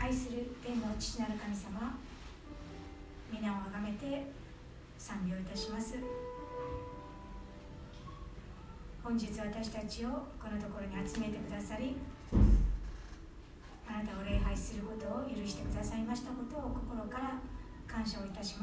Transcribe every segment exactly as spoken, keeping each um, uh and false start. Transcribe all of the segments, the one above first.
愛する天の父なる神様、皆をあがめて賛美をいたします。本日私たちをこのところに集めてくださり、あなたを礼拝することを許してくださいましたことを心から感謝をいたします。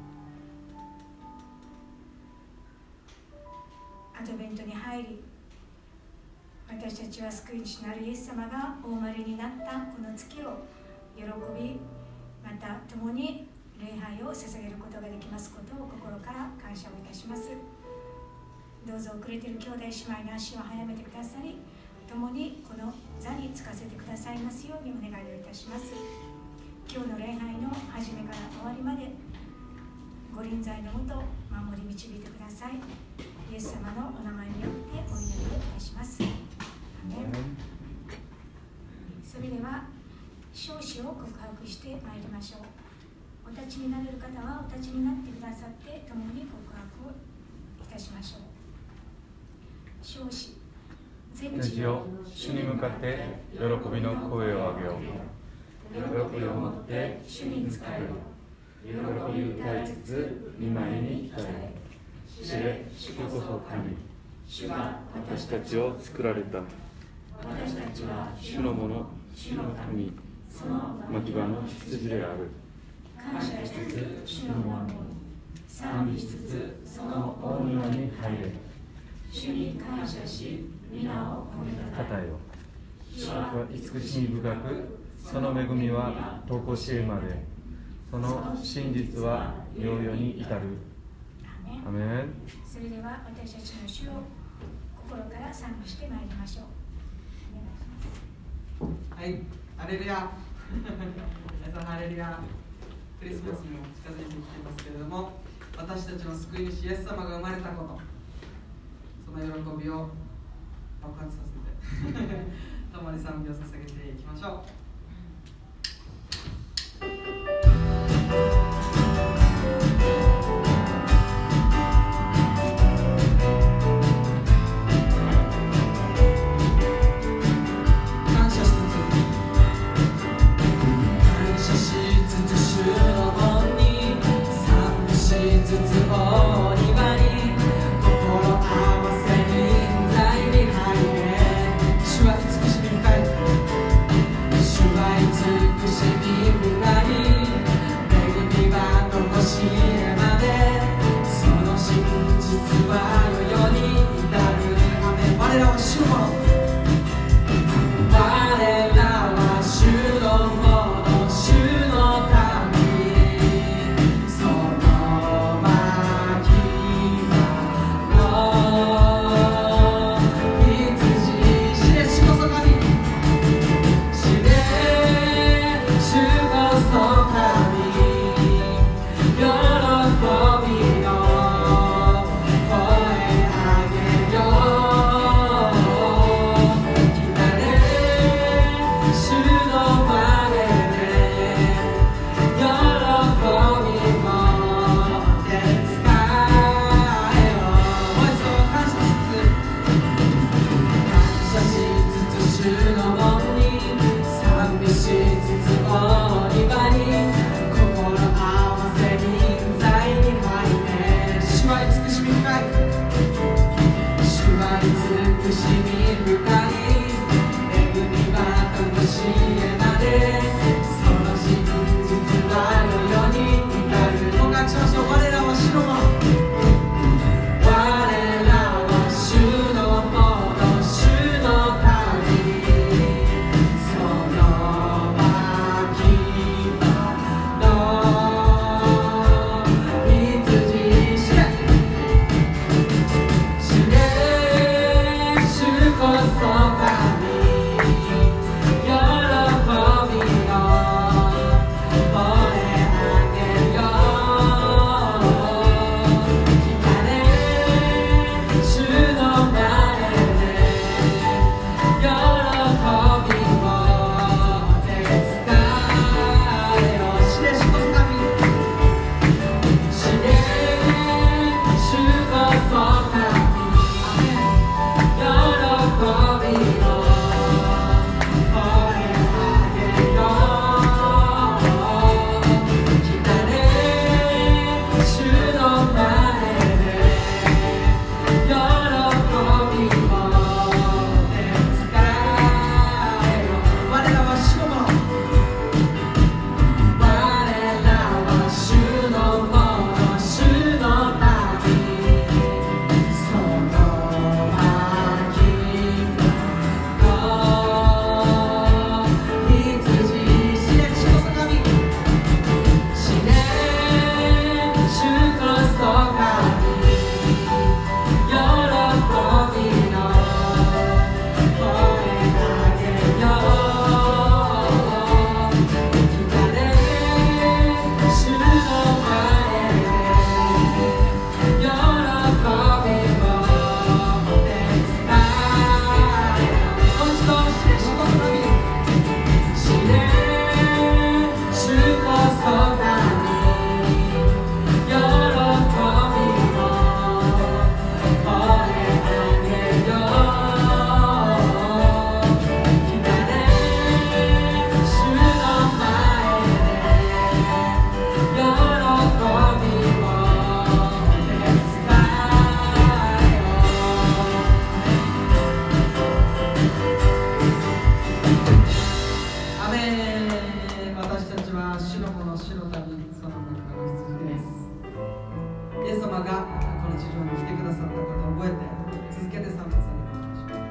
アドベントに入り、私たちは救い主なるイエス様がお生まれになったこの月を喜び、また共に礼拝を捧げることができますことを心から感謝をいたします。どうぞ遅れている兄弟姉妹の足を早めてくださり、共にこの座につかせてくださいますようにお願いをいたします。今日の礼拝の始めから終わりまでご臨在のもと守り導いてください。イエス様のお名前によってお祈りをいたします。アメン。それでは証子を告白してまいりましょう。お立ちになれる方はお立ちになってくださって共に告白をいたしましょう。証子、 全地を主に向かって喜びの声を上げよう。喜びを持って主に仕えよ。喜び歌いつつ御前に来たれ。知れ、主こそ神。主が私たちを作られた。私たちは主のもの、主の民、その牧場の羊である。感謝しつつ主の門に、賛美しつつその大庭に入れ。主に感謝し、皆を褒めたたえよ。主は慈しみ深く、その恵みはとこしえまで、その真実は永遠に至る。アメン。 それでは私たちの主を心から賛美してまいりましょう。 はい、ハレルヤ皆さんハレルヤ。クリスマスも近づいてきていますけれども、私たちの救い主イエス様が生まれたこと、その喜びを爆発させて共に賛美を捧げていきましょう。 You're 主の民、その中の羊です。イエス様がこの地上に来てくださったことを覚えて続けて賛美されていきましょう。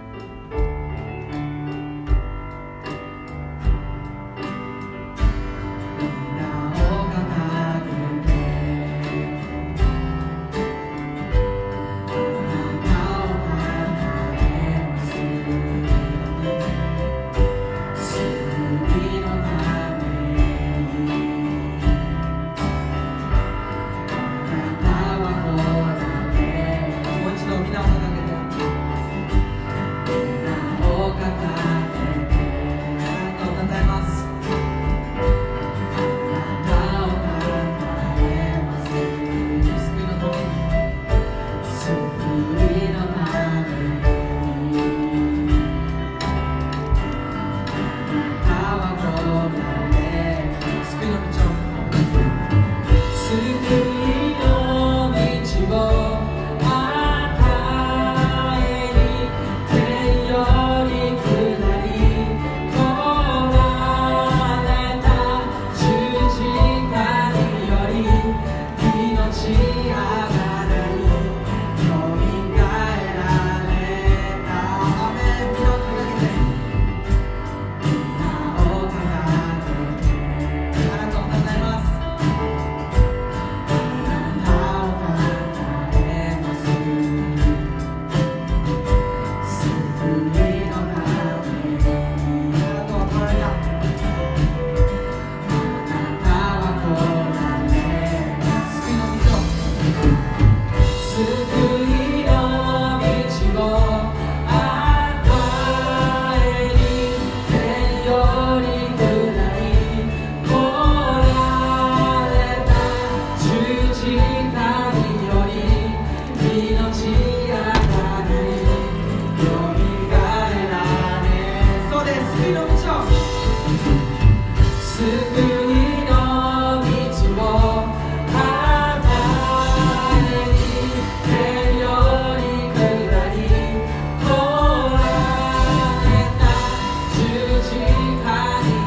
「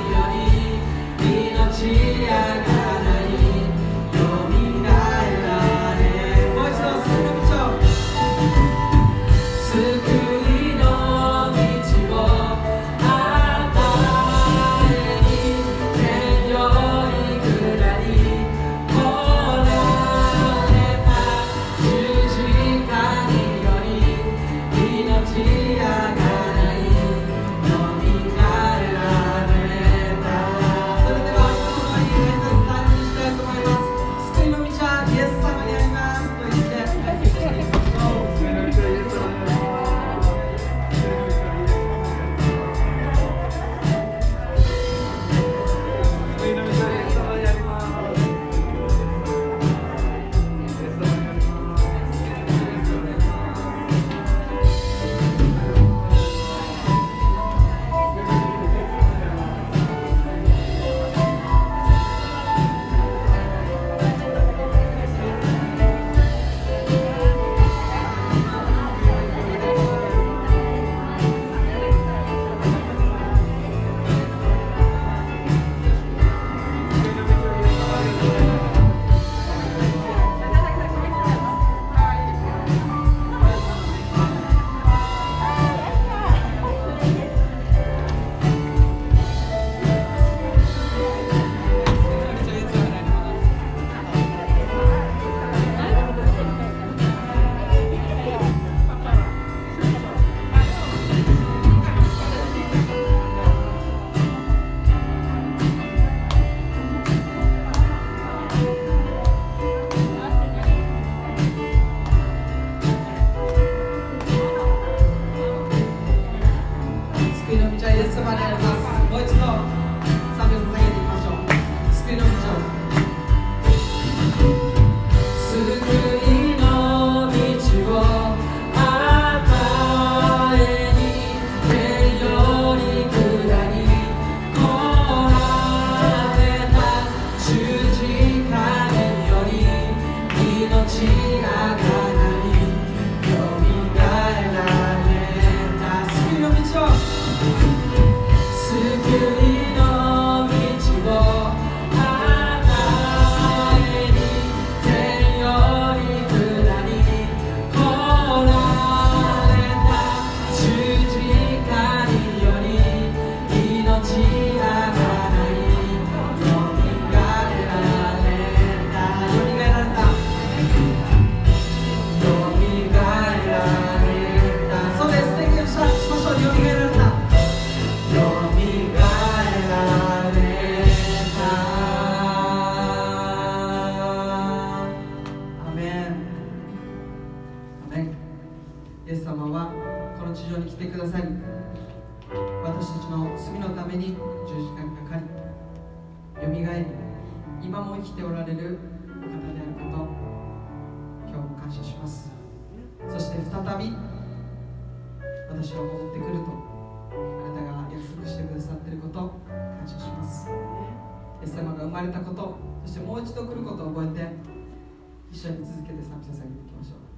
も生きておられるお方であること、今日も感謝します。そして再び私は戻ってくるとあなたが約束してくださっていること、感謝します。イエス様が生まれたこと、そしてもう一度来ることを覚えて一緒に続けて賛美捧げていきましょう。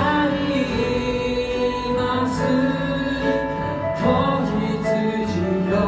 「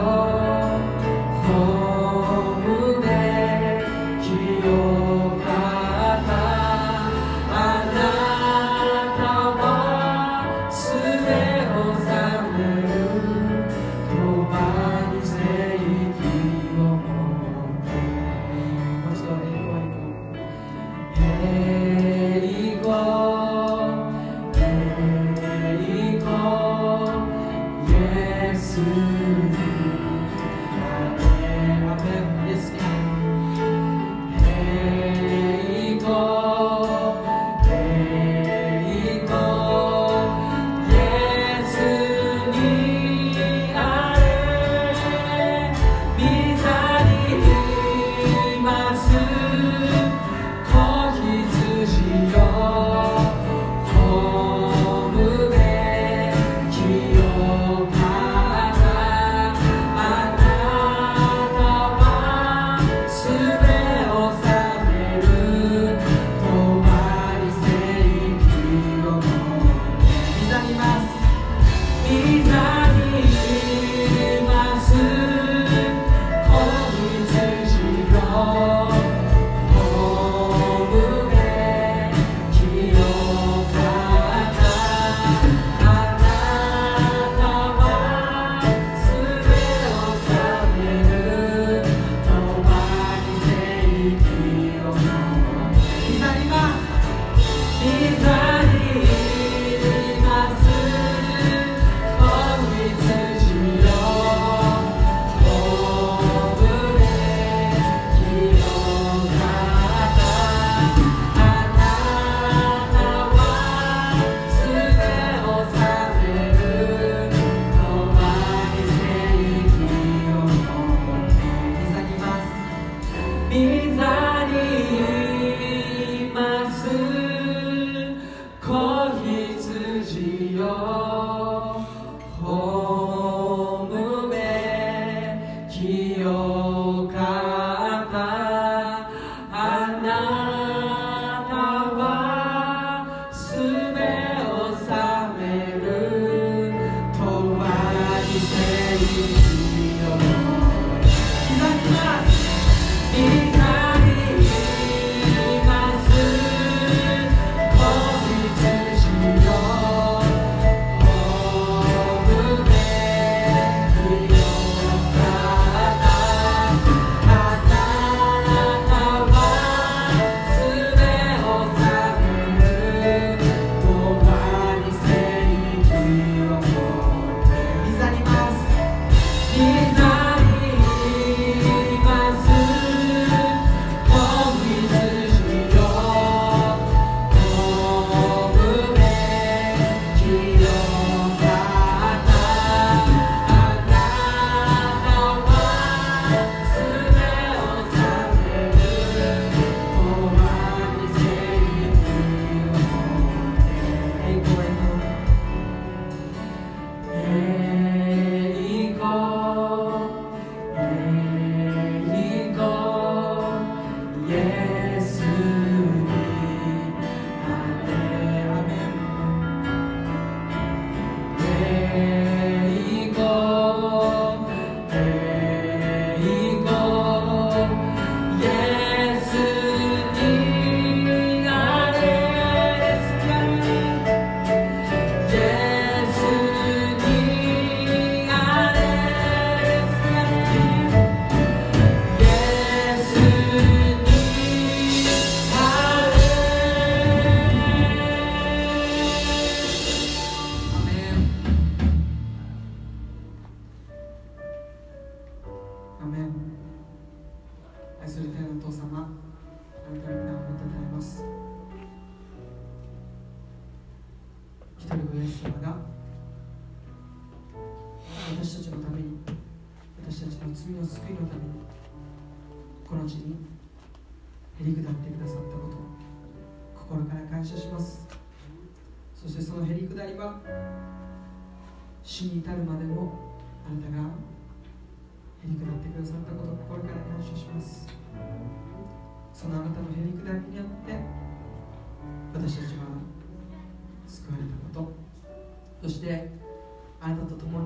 死に至るまでもあなたがへり下ってくださったことを心から感謝します。そのあなたのへり下りによって私たちは救われたこと、そしてあなたと共に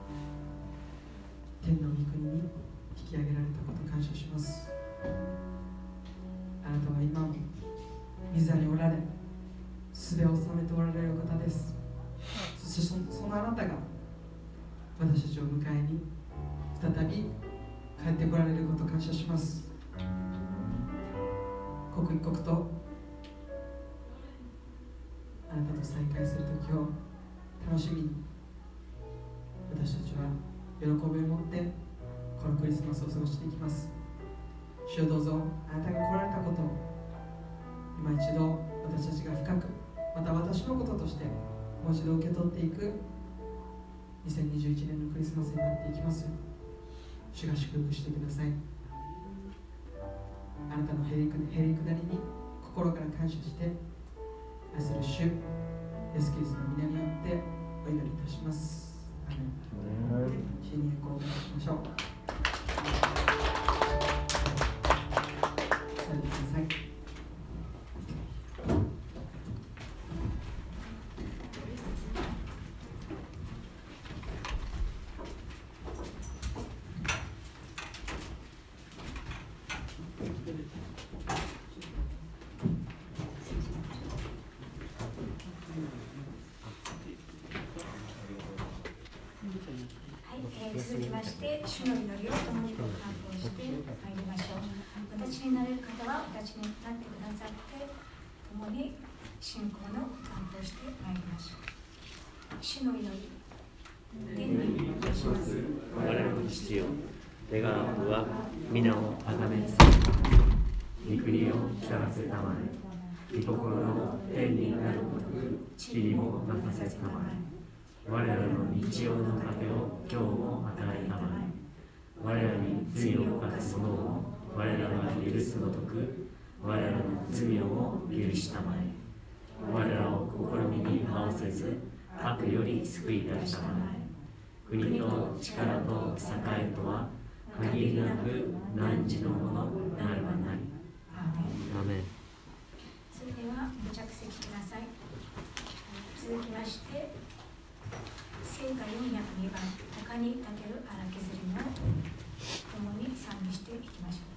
天の御国に引き上げられたことを感謝します。あなたは今も御座におられ、すべを治めておられるお方です。そしてそのあなたが私たちを迎えに再び帰ってこられることを感謝します。刻一刻とあなたと再会する時を楽しみに私たちは喜びを持ってこのクリスマスを過ごしていきます。主よどうぞあなたが来られたことを今一度私たちが深く、また私のこととしてもう一度受け取っていくにせんにじゅういちねんのクリスマスになっていきますよ。主が祝福してください。あなたのへりくだりに心から感謝して愛する主イエス・キリストの皆によってお祈りいたします。アメン。主に栄光をお願いしましょう。座ってください。 続きまして主の祈りを共にご感動してまいりましょう。私になれる方は私になってくださって共に信仰の感動してまいりましょう。主の祈り、天にいたします。 我らの父よ、願わくは皆をあがめつ御国を来たらせたまえ、御心の天になるごとく地にもなさせたまえ。我らの日曜の糧を今日も与えたまえ。我らに罪を犯す者を我らが許すごとく我らの罪をも許したまえ。我らを試みに合わせず悪より救い出したまえ。国と力と栄とは限りなく汝のものなるばなり。アメン。 それではご着席ください。続きまして聖歌よんひゃくにばん「鷹にたける荒削り」を共に賛美していきましょう。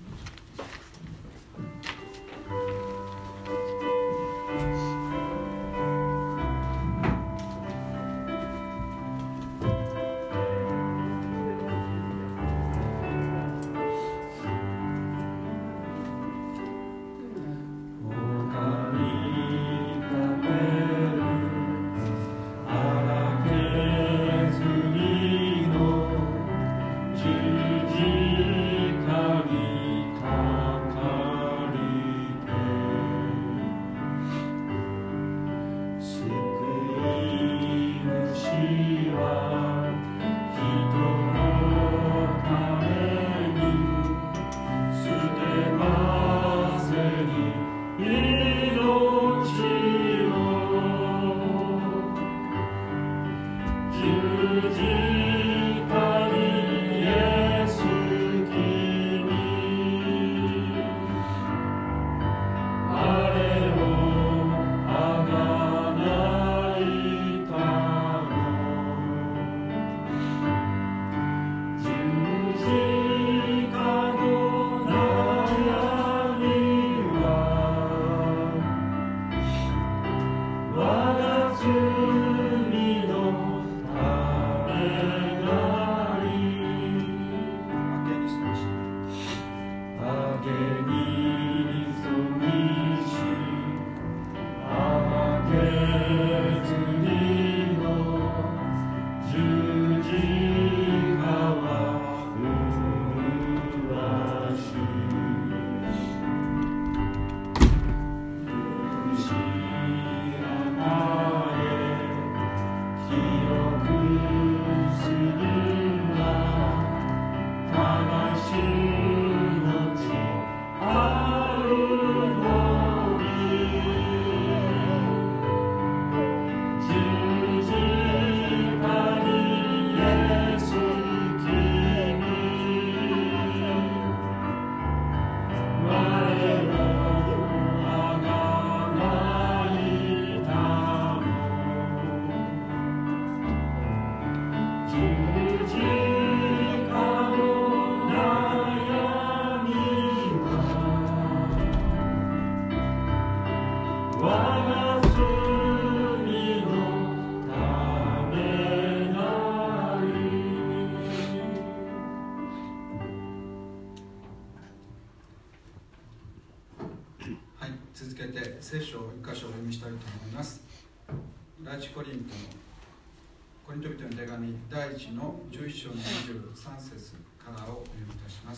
聖書を一箇所お読みしたいと思います。第一コリントのコリント人への手紙第一のじゅういち章のにじゅうさん節からをお読みいたします。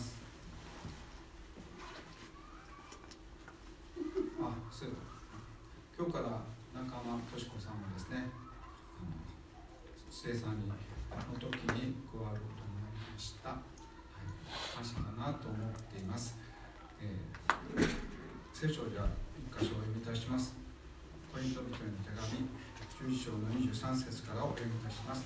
あ、そう今日から中間敏子さんがですね、生産にの時に加わることになりました。はい、感謝だなと思っています。えー、聖書では一箇所をお読みいたします。コリント人への手紙じゅういち章のにじゅうさん節からをお読みいたします。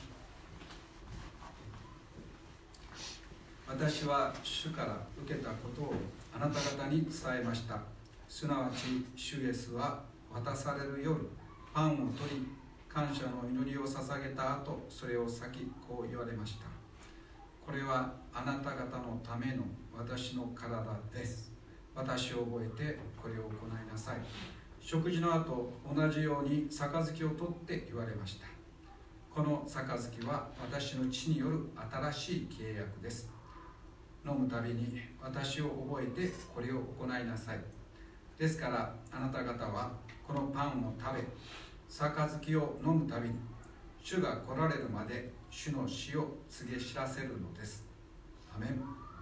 私は主から受けたことをあなた方に伝えました。すなわち主イエスは渡される夜パンを取り感謝の祈りを捧げた後それを裂きこう言われました。これはあなた方のための私の体です。私を覚えてこれを行いなさい。食事の後同じように杯を取って言われました。この杯は私の血による新しい契約です。飲むたびに私を覚えてこれを行いなさい。ですからあなた方はこのパンを食べ杯を飲むたびに主が来られるまで主の死を告げ知らせるのです。アメン。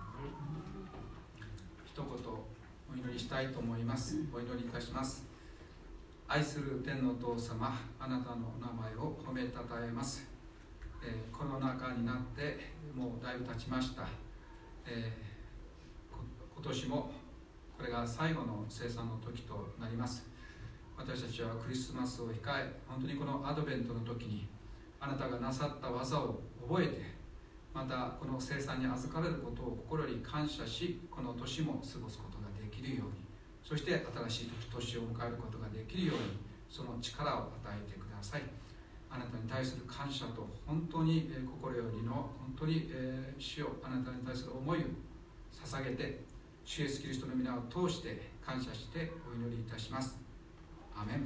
一言お祈りしたいと思います。お祈りいたします。愛する天のお父様、あなたのお名前を褒めたたえます。えー、コロナ禍になってもうだいぶ経ちました。えー、今年もこれが最後の生産の時となります。私たちはクリスマスを控え、本当にこのアドベントの時にあなたがなさった技を覚えて、またこの生産に預かれることを心より感謝し、この年も過ごすことができるように、そして新しい年を迎えることができるように、その力を与えてください。あなたに対する感謝と本当に心よりの本当に主よ、あなたに対する思いを捧げて、主イエスキリストの皆を通して感謝してお祈りいたします。アメン。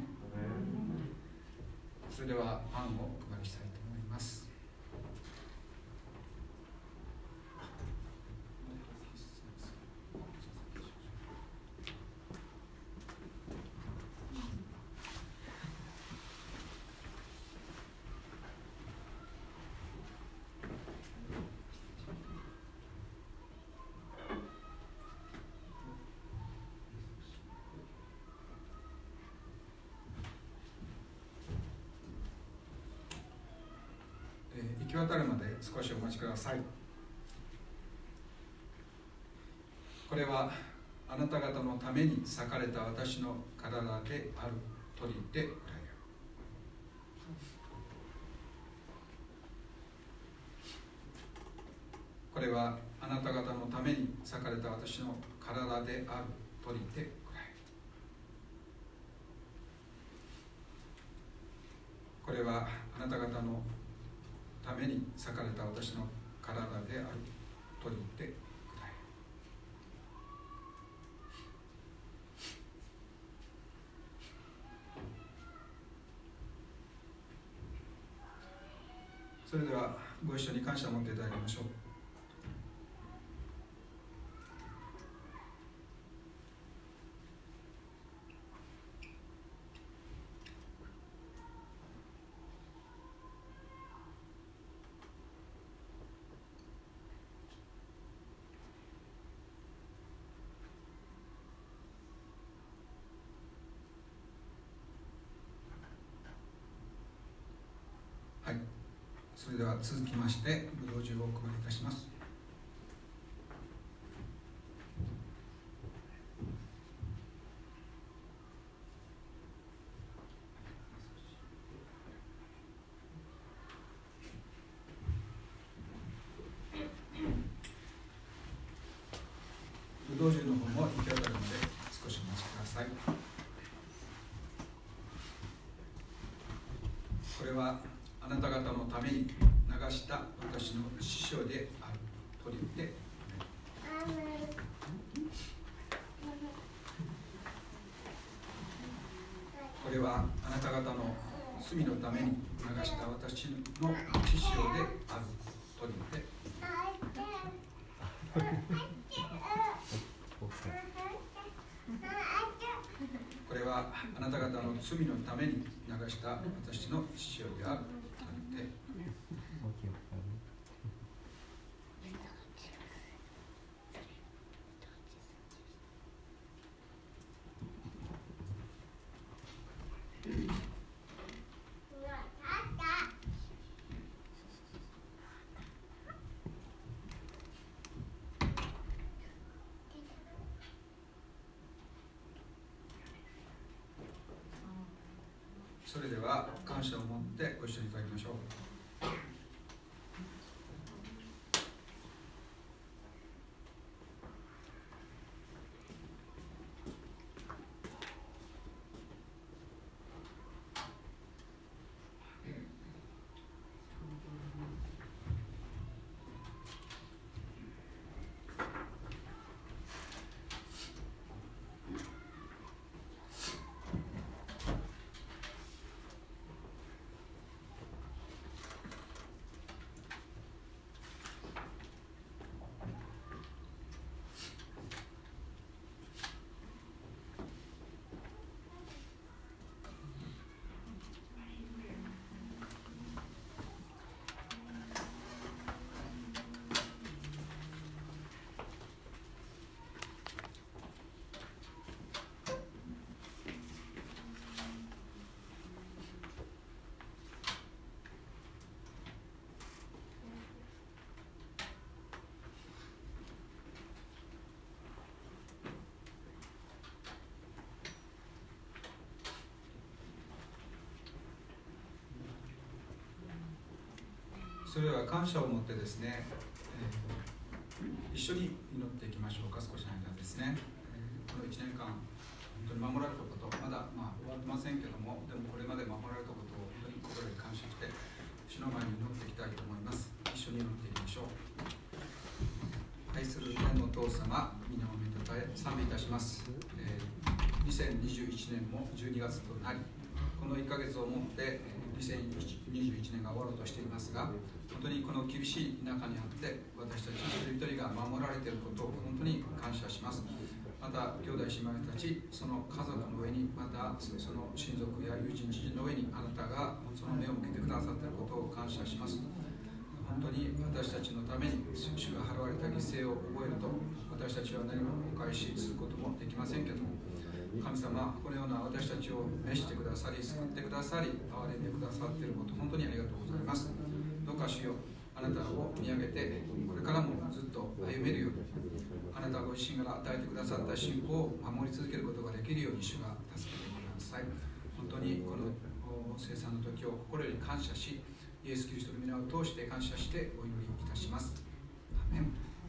それではパンをお配りしたいと思います。行き渡るまで少しお待ちください。これはあなた方のために裂かれた私の体である。取りでくらよ。これはあなた方のために裂かれた私の体である。取りでくらよ。これはあなた方のために裂かれた私の体である。取りでくらえ。それではご一緒に感謝を持っていただきましょう。はい、それでは続きましてブドウ酒をお配りいたします。ブドウ酒の方も行き渡るので少しお待ちください。これはあなた方のために流した私の師匠である。取りでこれはあなた方の罪のために流した私の師匠である。取りでこれはあなた方の罪のために流した私の師匠である。取りでそれでは感謝を持ってご一緒にいただきましょう。それでは感謝を持ってですね、えー、一緒に祈っていきましょうか。少しの間ですね、えー、このいちねんかん本当に守られたこと、まだ、まあ、終わってませんけども、でもこれまで守られたことを本当に心より感謝して主の前に祈っていきたいと思います。一緒に祈っていきましょう。愛する天のお父様、皆を見たたえ賛美いたします、えー、にせんにじゅういちねんもじゅうにがつとなり、このいっかげつをもってにせんにじゅういちねんが終わろうとしていますが、本当にこの厳しい中にあって私たち一人一人が守られていることを本当に感謝します。また兄弟姉妹たち、その家族の上に、またその親族や友人知人の上にあなたがその目を向けてくださっていることを感謝します。本当に私たちのために主が払われた犠牲を覚えると、私たちは何もお返しすることもできませんけども、神様、このような私たちを召してくださり、救ってくださり、憐れんでくださっていること、本当にありがとうございます。どうか主よ、あなたを見上げて、これからもずっと歩めるように、あなたご自身から与えてくださった信仰を守り続けることができるように主が助けてください。本当にこの生産の時を心より感謝し、イエス・キリストの皆を通して感謝してお祈りいたします。アーメン。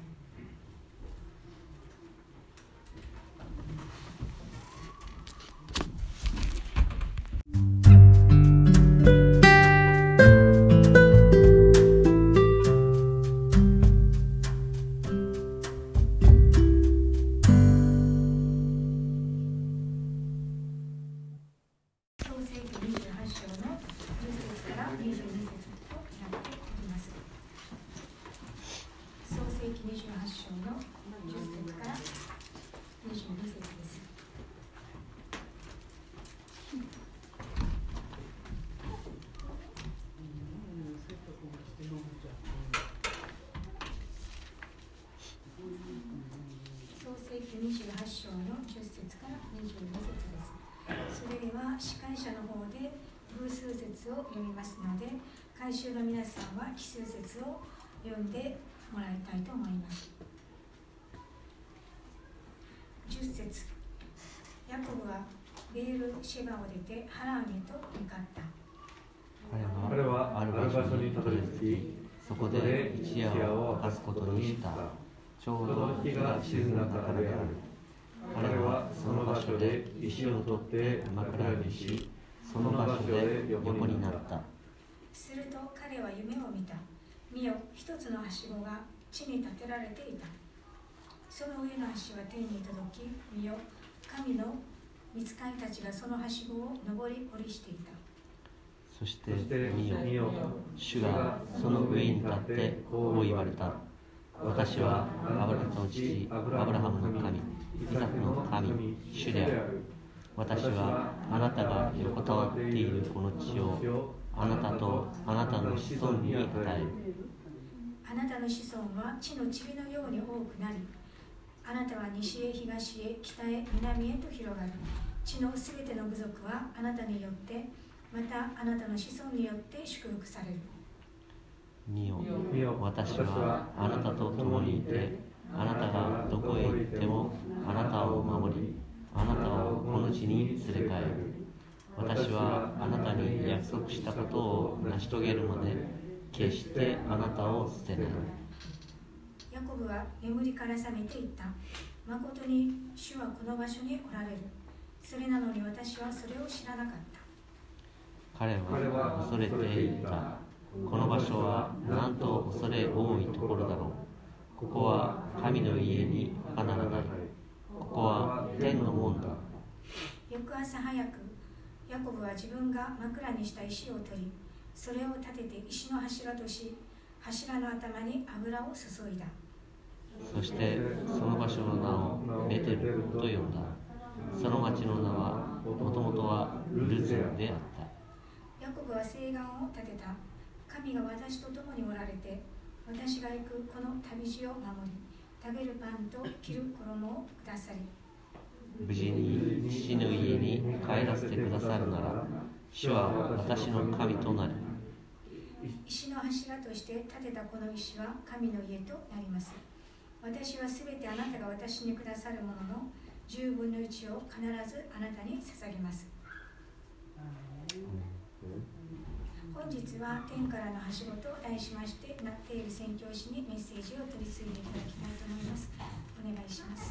にじゅうはち章のじゅっ節からにじゅうに節です。それでは司会者の方で偶数節を読みますので、改宗の皆さんは奇数節を読んでもらいたいと思います。じゅっ節、ヤコブはベールシェバを出てハランへと向かった。 彼はある場所にたどり着き、そこで一夜を明かすことにした。ちょうど日が沈んだからである。彼はその場所で石を取って枕にし、その場所で横になった。 すると彼は夢を見た。見よ、一つのはしごが地に立てられていた。その上の足は天に届き、見よ、神の御使いたちがそのはしごを上り下りしていた。 そして見よ、主がその上に立ってこう言われた。私はアブラハムの父、アブラハムの神、イザクの神、主である。私はあなたが横たわっているこの地をあなたとあなたの子孫に与える。 あなたの子孫は地の塵のように多くなり、あなたは西へ東へ北へ南へと広がる。地のすべての部族はあなたによって、またあなたの子孫によって祝福される。 見よ、私はあなたと共にいて、あなたがどこへ行ってもあなたを守り、あなたをこの地に連れ帰る。 私はあなたに約束したことを成し遂げるまで決してあなたを捨てない。 ヤコブは眠りから覚めていった。まことに主はこの場所におられる。それなのに私はそれを知らなかった。 彼は恐れていた。この場所はなんと恐れ多いところだろう。ここは神の家に他ならない。ここは天の門だ。 翌朝早く、ヤコブは自分が枕にした石を取り、それを立てて石の柱とし、柱の頭に油を注いだ。 そしてその場所の名をベテルと呼んだ。その町の名はもともとはルズであった。 ヤコブは誓願を立てた。神が私と共におられて、私が行くこの旅路を守り、食べるパンと着る衣をくださり、 無事に父の家に帰らせてくださるなら、主は私の神となる。 石の柱として建てたこの石は神の家となります。私はすべてあなたが私にくださるもののじゅうぶんのいちを必ずあなたに捧げます。本日は天からのはしごと題しましてなっている宣教師にメッセージを取り次いでいただきたいと思います。お願いします。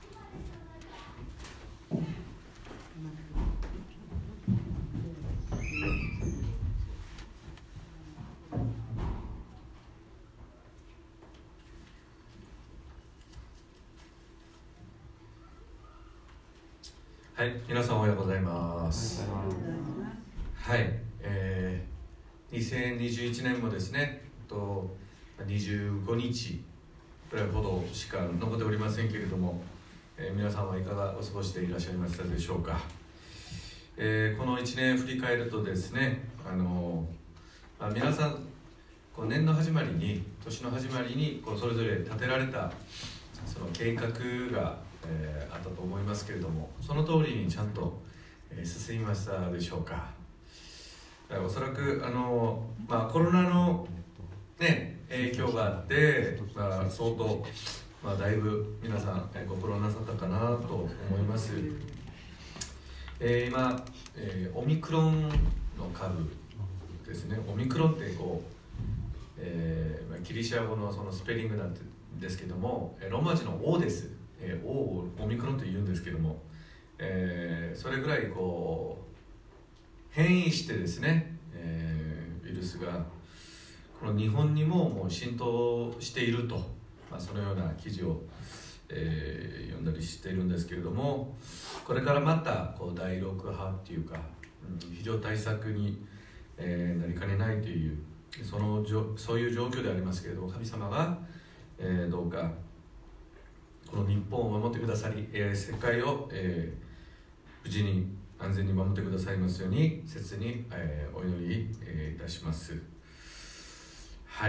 はい、皆さんおはようございます。はい、えー、にせんにじゅういちねんもですね、とにじゅうごにちくらいほどしか残っておりませんけれども、えー、皆さんはいかがお過ごしでいらっしゃいましたでしょうか。えー、このいちねん振り返るとですね、あのまあ、皆さんこう年の始まりに年の始まりにこうそれぞれ立てられたその計画がえー、あったと思いますけれども、その通りにちゃんと、えー、進みましたでしょうか。おそらくあの、まあ、コロナの、ね、影響があって、まあ、相当、まあ、だいぶ皆さん、えー、ご苦労なさったかなと思います。えー、今、えー、オミクロンの株ですね。オミクロンってこう、えーまあ、ギリシャ語のそのスペリングなんですけども、ローマ字の O です。えー、O をオミクロンと言うんですけども、えー、それぐらいこう変異してですね、えー、ウイルスがこの日本にももう浸透していると、まあ、そのような記事を、えー、読んだりしているんですけれども、これからまたこうだいろく波っていうか、うん、非常対策に、えー、なりかねないというそのそういう状況でありますけれども、神様が、えー、どうかこの日本を守ってくださり、えー、世界を、えー、無事に安全に守ってくださいますように切に、えー、お祈り、えー、いたします。はい、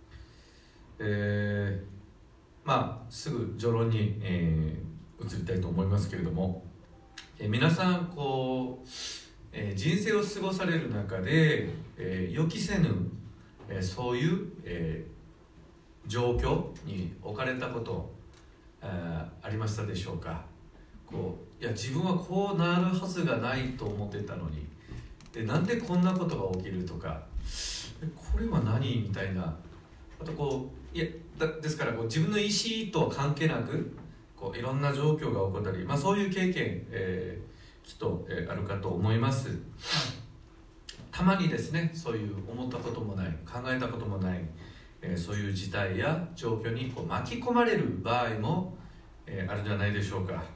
えー、まあすぐ序論に、えー、移りたいと思いますけれども、えー、皆さんこう、えー、人生を過ごされる中で、えー、予期せぬ、えー、そういう、えー、状況に置かれたことあ, ありましたでしょうか。こういや自分はこうなるはずがないと思ってたのに、でなんでこんなことが起きるとか、これは何みたいな、あとこういやだですからこう自分の意思とは関係なくこういろんな状況が起こったり、まあ、そういう経験、えー、きっと、えー、あるかと思います。たまにですね、そういう思ったこともない、考えたこともない、えー、そういう事態や状況にこう巻き込まれる場合も、えー、あるんじゃないでしょうか。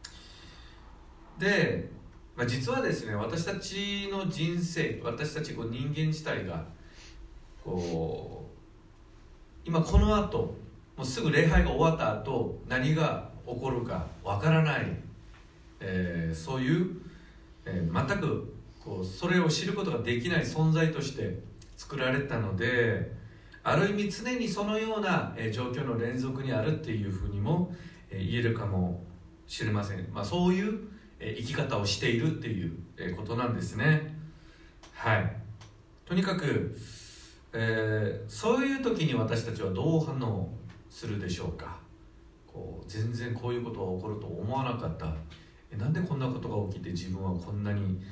で、まあ、実はですね、私たちの人生、私たちこう人間自体がこう今この後もうすぐ礼拝が終わった後何が起こるかわからない、えー、そういう、えー、全くこうそれを知ることができない存在として作られたので、ある意味常にそのような、えー、状況の連続にあるっていうふうにも、えー、言えるかもしれません。まあ、そういう、えー、生き方をしているっていう、えー、ことなんですね。はい。とにかく、えー、そういう時に私たちはどう反応するでしょうか。こう全然こういうことが起こると思わなかった、えなんでこんなことが起きて自分はこんなに、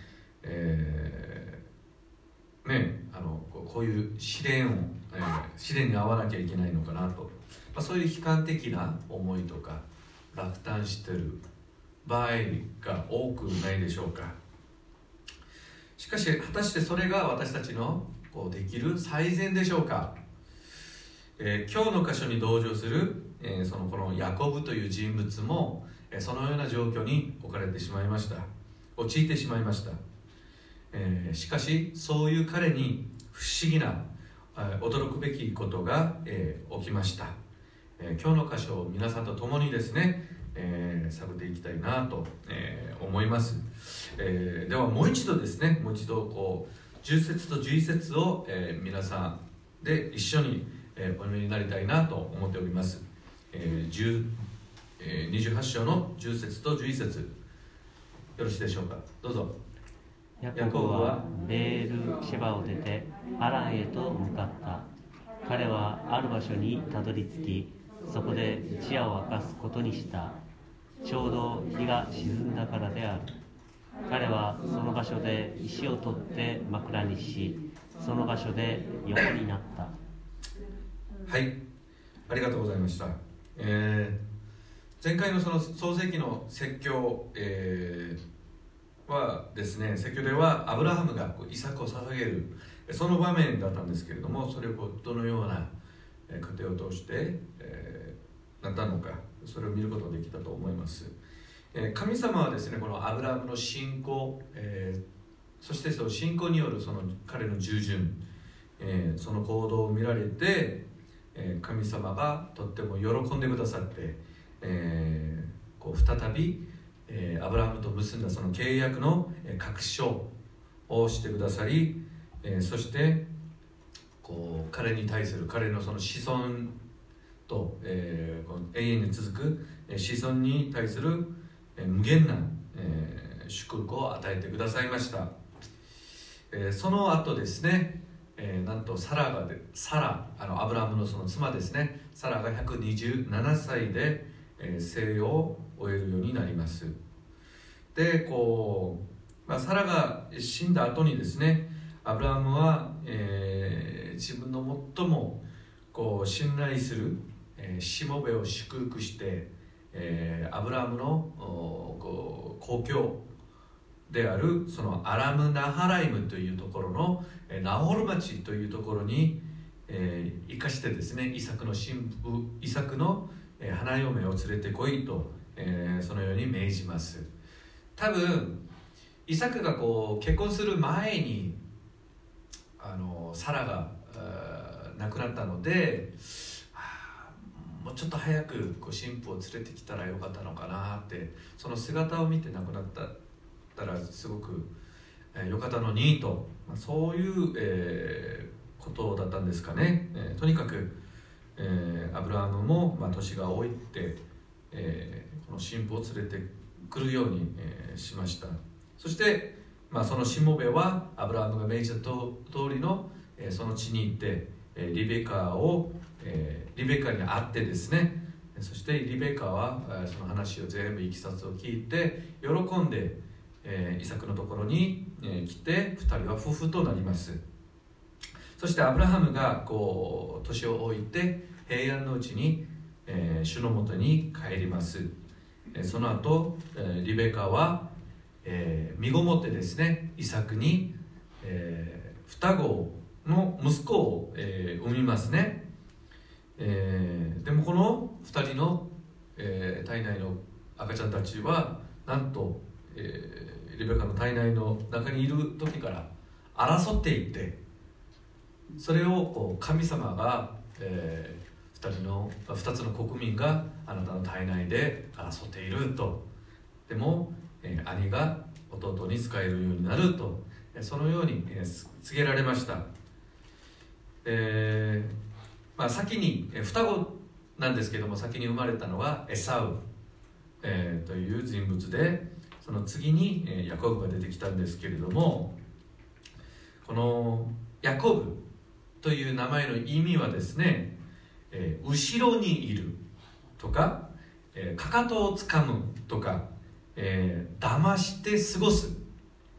えーね、あのこういう試練を、えー、試練に遭わなきゃいけないのかなと、まあ、そういう悲観的な思いとか落胆している場合が多くないでしょうか。しかし果たしてそれが私たちのこうできる最善でしょうか。えー、今日の箇所に登場する、えー、そのこのヤコブという人物も、えー、そのような状況に置かれてしまいました。陥ってしまいました。えー、しかしそういう彼に不思議な、えー、驚くべきことが、えー、起きました。えー、今日の箇所を皆さんと共にですね、えー、探っていきたいなと、えー、思います。えー、ではもう一度ですね、もう一度こうじゅっ節とじゅういち節を、えー、皆さんで一緒に、えー、お読みになりたいなと思っております。えーえー、にじゅうはち章のじゅっ節とじゅういち節、よろしいでしょうか。どうぞ。 ヤコブはベールシェバを出てアランへと向かった。彼はある場所にたどり着き、そこで一夜を明かすことにした。ちょうど日が沈んだからである。彼はその場所で石を取って枕にし、その場所で横になった。 はい、ありがとうございました。えー、前回のその創世記の説教、えー、はですね、説教ではアブラハムがイサクを捧げるその場面だったんですけれども、それをどのような過程を通して、えー、なったのか、それを見ることができたと思います。えー、神様はですね、このアブラハムの信仰、えー、そしてその信仰によるその彼の従順、えー、その行動を見られて、えー、神様がとっても喜んでくださって、えー、こう再び、えー、アブラハムと結んだその契約の確証をしてくださり、えー、そしてこう彼に対する彼のその子孫と、えー、この永遠に続く子孫に対する、えー、無限な、えー、祝福を与えてくださいました。えー、その後ですね、えー、なんとサラがでサラあのアブラハムのその妻ですね、サラがひゃくにじゅうななさいで、えー、生を終えるようになります。でこう、まあ、サラが死んだ後にですね、アブラハムは、えー、自分の最もこう信頼する、えー、しもべを祝福して、えー、アブラハムのこう故郷であるそのアラム・ナハライムというところの、えー、ナホル町というところに、えー、生かしてですね、イサクの新婦イサクの、えー、花嫁を連れてこいと、えー、そのように命じます。多分イサクがこう結婚する前にあのサラが亡くなったので、はあ、もうちょっと早くこう新婦を連れてきたらよかったのかなって、その姿を見て亡くなったらすごく、えー、よかったのにと、まあ、そういう、えー、ことだったんですかね。えー、とにかく、えー、アブラハムも、まあ、年が老いて、えー、この新婦を連れてくるように、えー、しました。そして、まあ、そのしもべはアブラハムが命じた通りの、えー、その地に行って、えー、リベカを、えー、リベカに会ってですね、そしてリベカは、えー、その話を全部いきさつを聞いて喜んで、えー、イサクのところに、えー、来てふたりは夫婦となります。そしてアブラハムがこう年を置いて平安のうちに、えー、主のもとに帰ります。えー、その後、えー、リベカはえー、身ごもってですね、イサクに、えー、双子の息子を、えー、産みますね。えー、でもこのふたりの、えー、体内の赤ちゃんたちはなんと、えー、リベカの体内の中にいる時から争っていって、それをこう神様が、えー、ふたりのふたつの国民があなたの体内で争っていると。でも兄が弟に仕えるようになると、そのように告げられました。えーまあ、先に双子なんですけども、先に生まれたのはエサウ、えー、という人物で、その次にヤコブが出てきたんですけれども、このヤコブという名前の意味はですね、えー、後ろにいるとか、えー、かかとをつかむとか、えー、騙して過ごす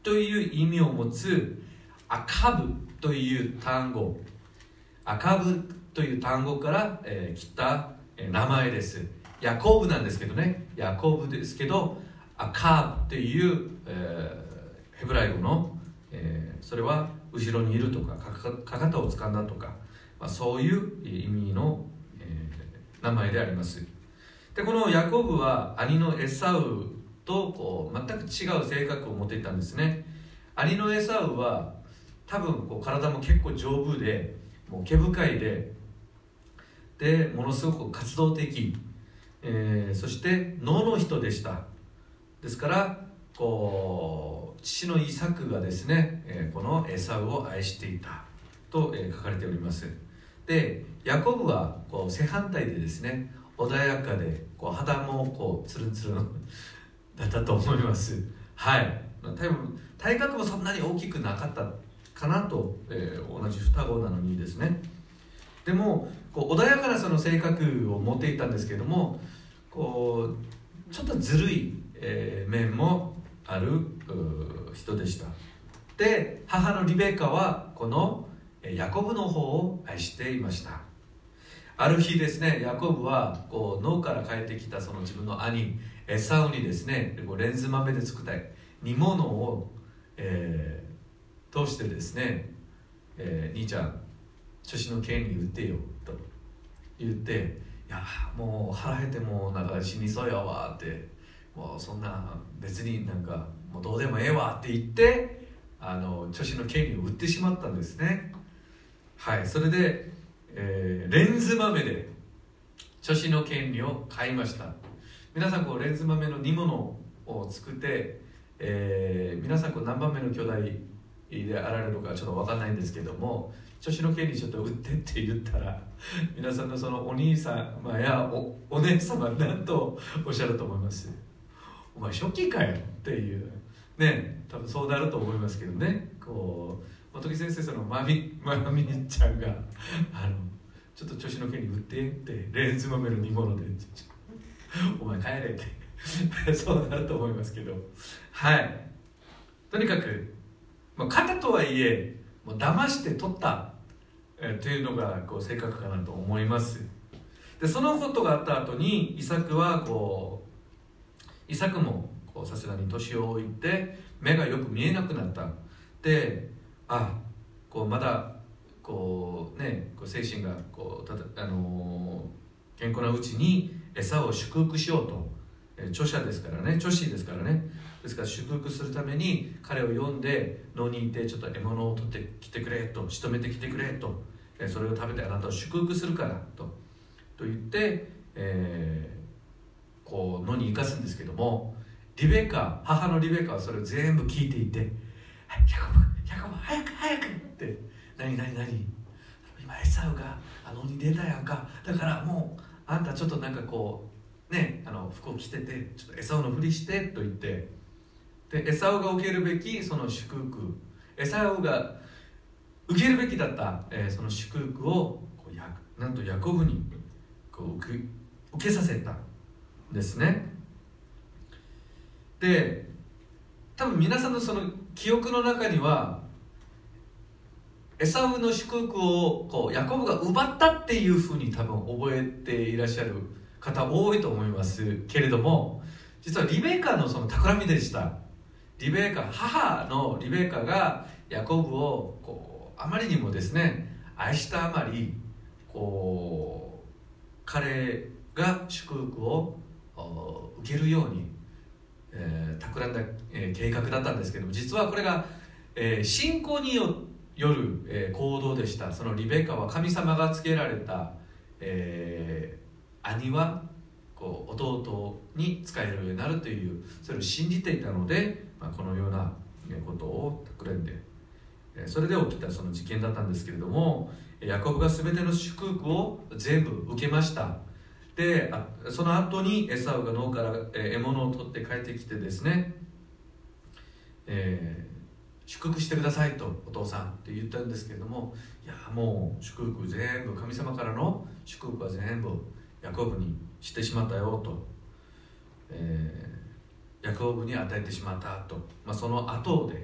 という意味を持つアカブという単語、アカブという単語から、えー、来た、えー、名前です。ヤコブなんですけどね、ヤコブですけど、アカブという、えー、ヘブライ語の、えー、それは後ろにいるとか、かかとを掴んだとか、まあ、そういう意味の、えー、名前であります。で、このヤコブは兄のエサウとこう全く違う性格を持っていたんですね。兄のエサウは多分こう体も結構丈夫で、もう毛深いで、でものすごく活動的、えー、そして野の人でした。ですからこう父のイサクがですね、えー、このエサウを愛していたと、えー、書かれております。で、ヤコブはこう正反対でですね、穏やかでこう肌もこうツルンツルンだったと思います。はい。多分体格もそんなに大きくなかったかなと、えー、同じ双子なのにですね。でもこう穏やかなその性格を持っていたんですけれども、こうちょっとずるい、えー、面もある人でした。で、母のリベカはこのヤコブの方を愛していました。ある日ですね、ヤコブはこう農から帰ってきたその自分の兄エサウにですね、レンズ豆で作った煮物を、えー、通してですね、えー、兄ちゃん調子の剣に打ってよと言って、いやもう腹減ってもうなんか死にそうやわって、もうそんな別になんかもうどうでもええわって言って、あの調子の剣に打ってしまったんですね。はい、それで、えー、レンズ豆で調子の権利を買いました。皆さんこうレンズ豆の煮物を作って、えー、皆さんこう何番目の兄弟であられるのかちょっと分かんないんですけども、調子の権利ちょっと売ってって言ったら、皆さんのそのお兄様や お, お姉様なんとおっしゃると思います。お前初期かよっていうね、多分そうなると思いますけどね。こう本木先生、そのまみまみちゃんがあのちょっと調子の権利売ってってレンズ豆の煮物でお前帰れってそうなると思いますけど、はい、とにかく、まあ、肩とはいえもう騙して取ったえというのがこう正確かなと思います。で、そのことがあった後にイサクはこうイサクもさすがに年を置いて目がよく見えなくなった。で、あこうまだこうねこう精神がこうただ、あのー、健康なうちに餌を祝福しようと、えー、著者ですからね、著子ですからね、ですから祝福するために彼を呼んで野にいてちょっと獲物を取ってきてくれと、仕留めてきてくれと、えー、それを食べてあなたを祝福するからとと言って、えー、こう野に行かすんですけども、リベカ母のリベカはそれを全部聞いていて、はい、ヤコブヤコブ早く早くって、何何何今エサウがあのに出たやんか、だからもうあんたちょっとなんかこうね、あの服を着ててちょっとエサウのふりしてと言って、でエサウが受けるべきその祝福、エサウが受けるべきだった、えー、その祝福をこうやなんとヤコブにこう受け、受けさせたんですね。で、多分皆さんのその記憶の中にはエサウの祝福をこうヤコブが奪ったっていうふうに多分覚えていらっしゃる方多いと思いますけれども、実はリベカのその企みでした。リベカ、母のリベカがヤコブをこうあまりにもですね愛したあまり、こう彼が祝福を受けるように、えー、企んだ、えー、計画だったんですけども、実はこれが、えー、信仰による、えー、行動でした。そのリベカは神様がつけられた、えー、兄はこう弟に仕えるようになるという、それを信じていたので、まあ、このようなことを企んで、えー、それで起きたその事件だったんですけれども、ヤコブが全ての祝福を全部受けました。で、その後にエサウが野から獲物を取って帰ってきてですね、えー、祝福してくださいとお父さんって言ったんですけれども、いやもう祝福全部、神様からの祝福は全部ヤコブにしてしまったよと、えー、ヤコブに与えてしまったと、まあ、その後で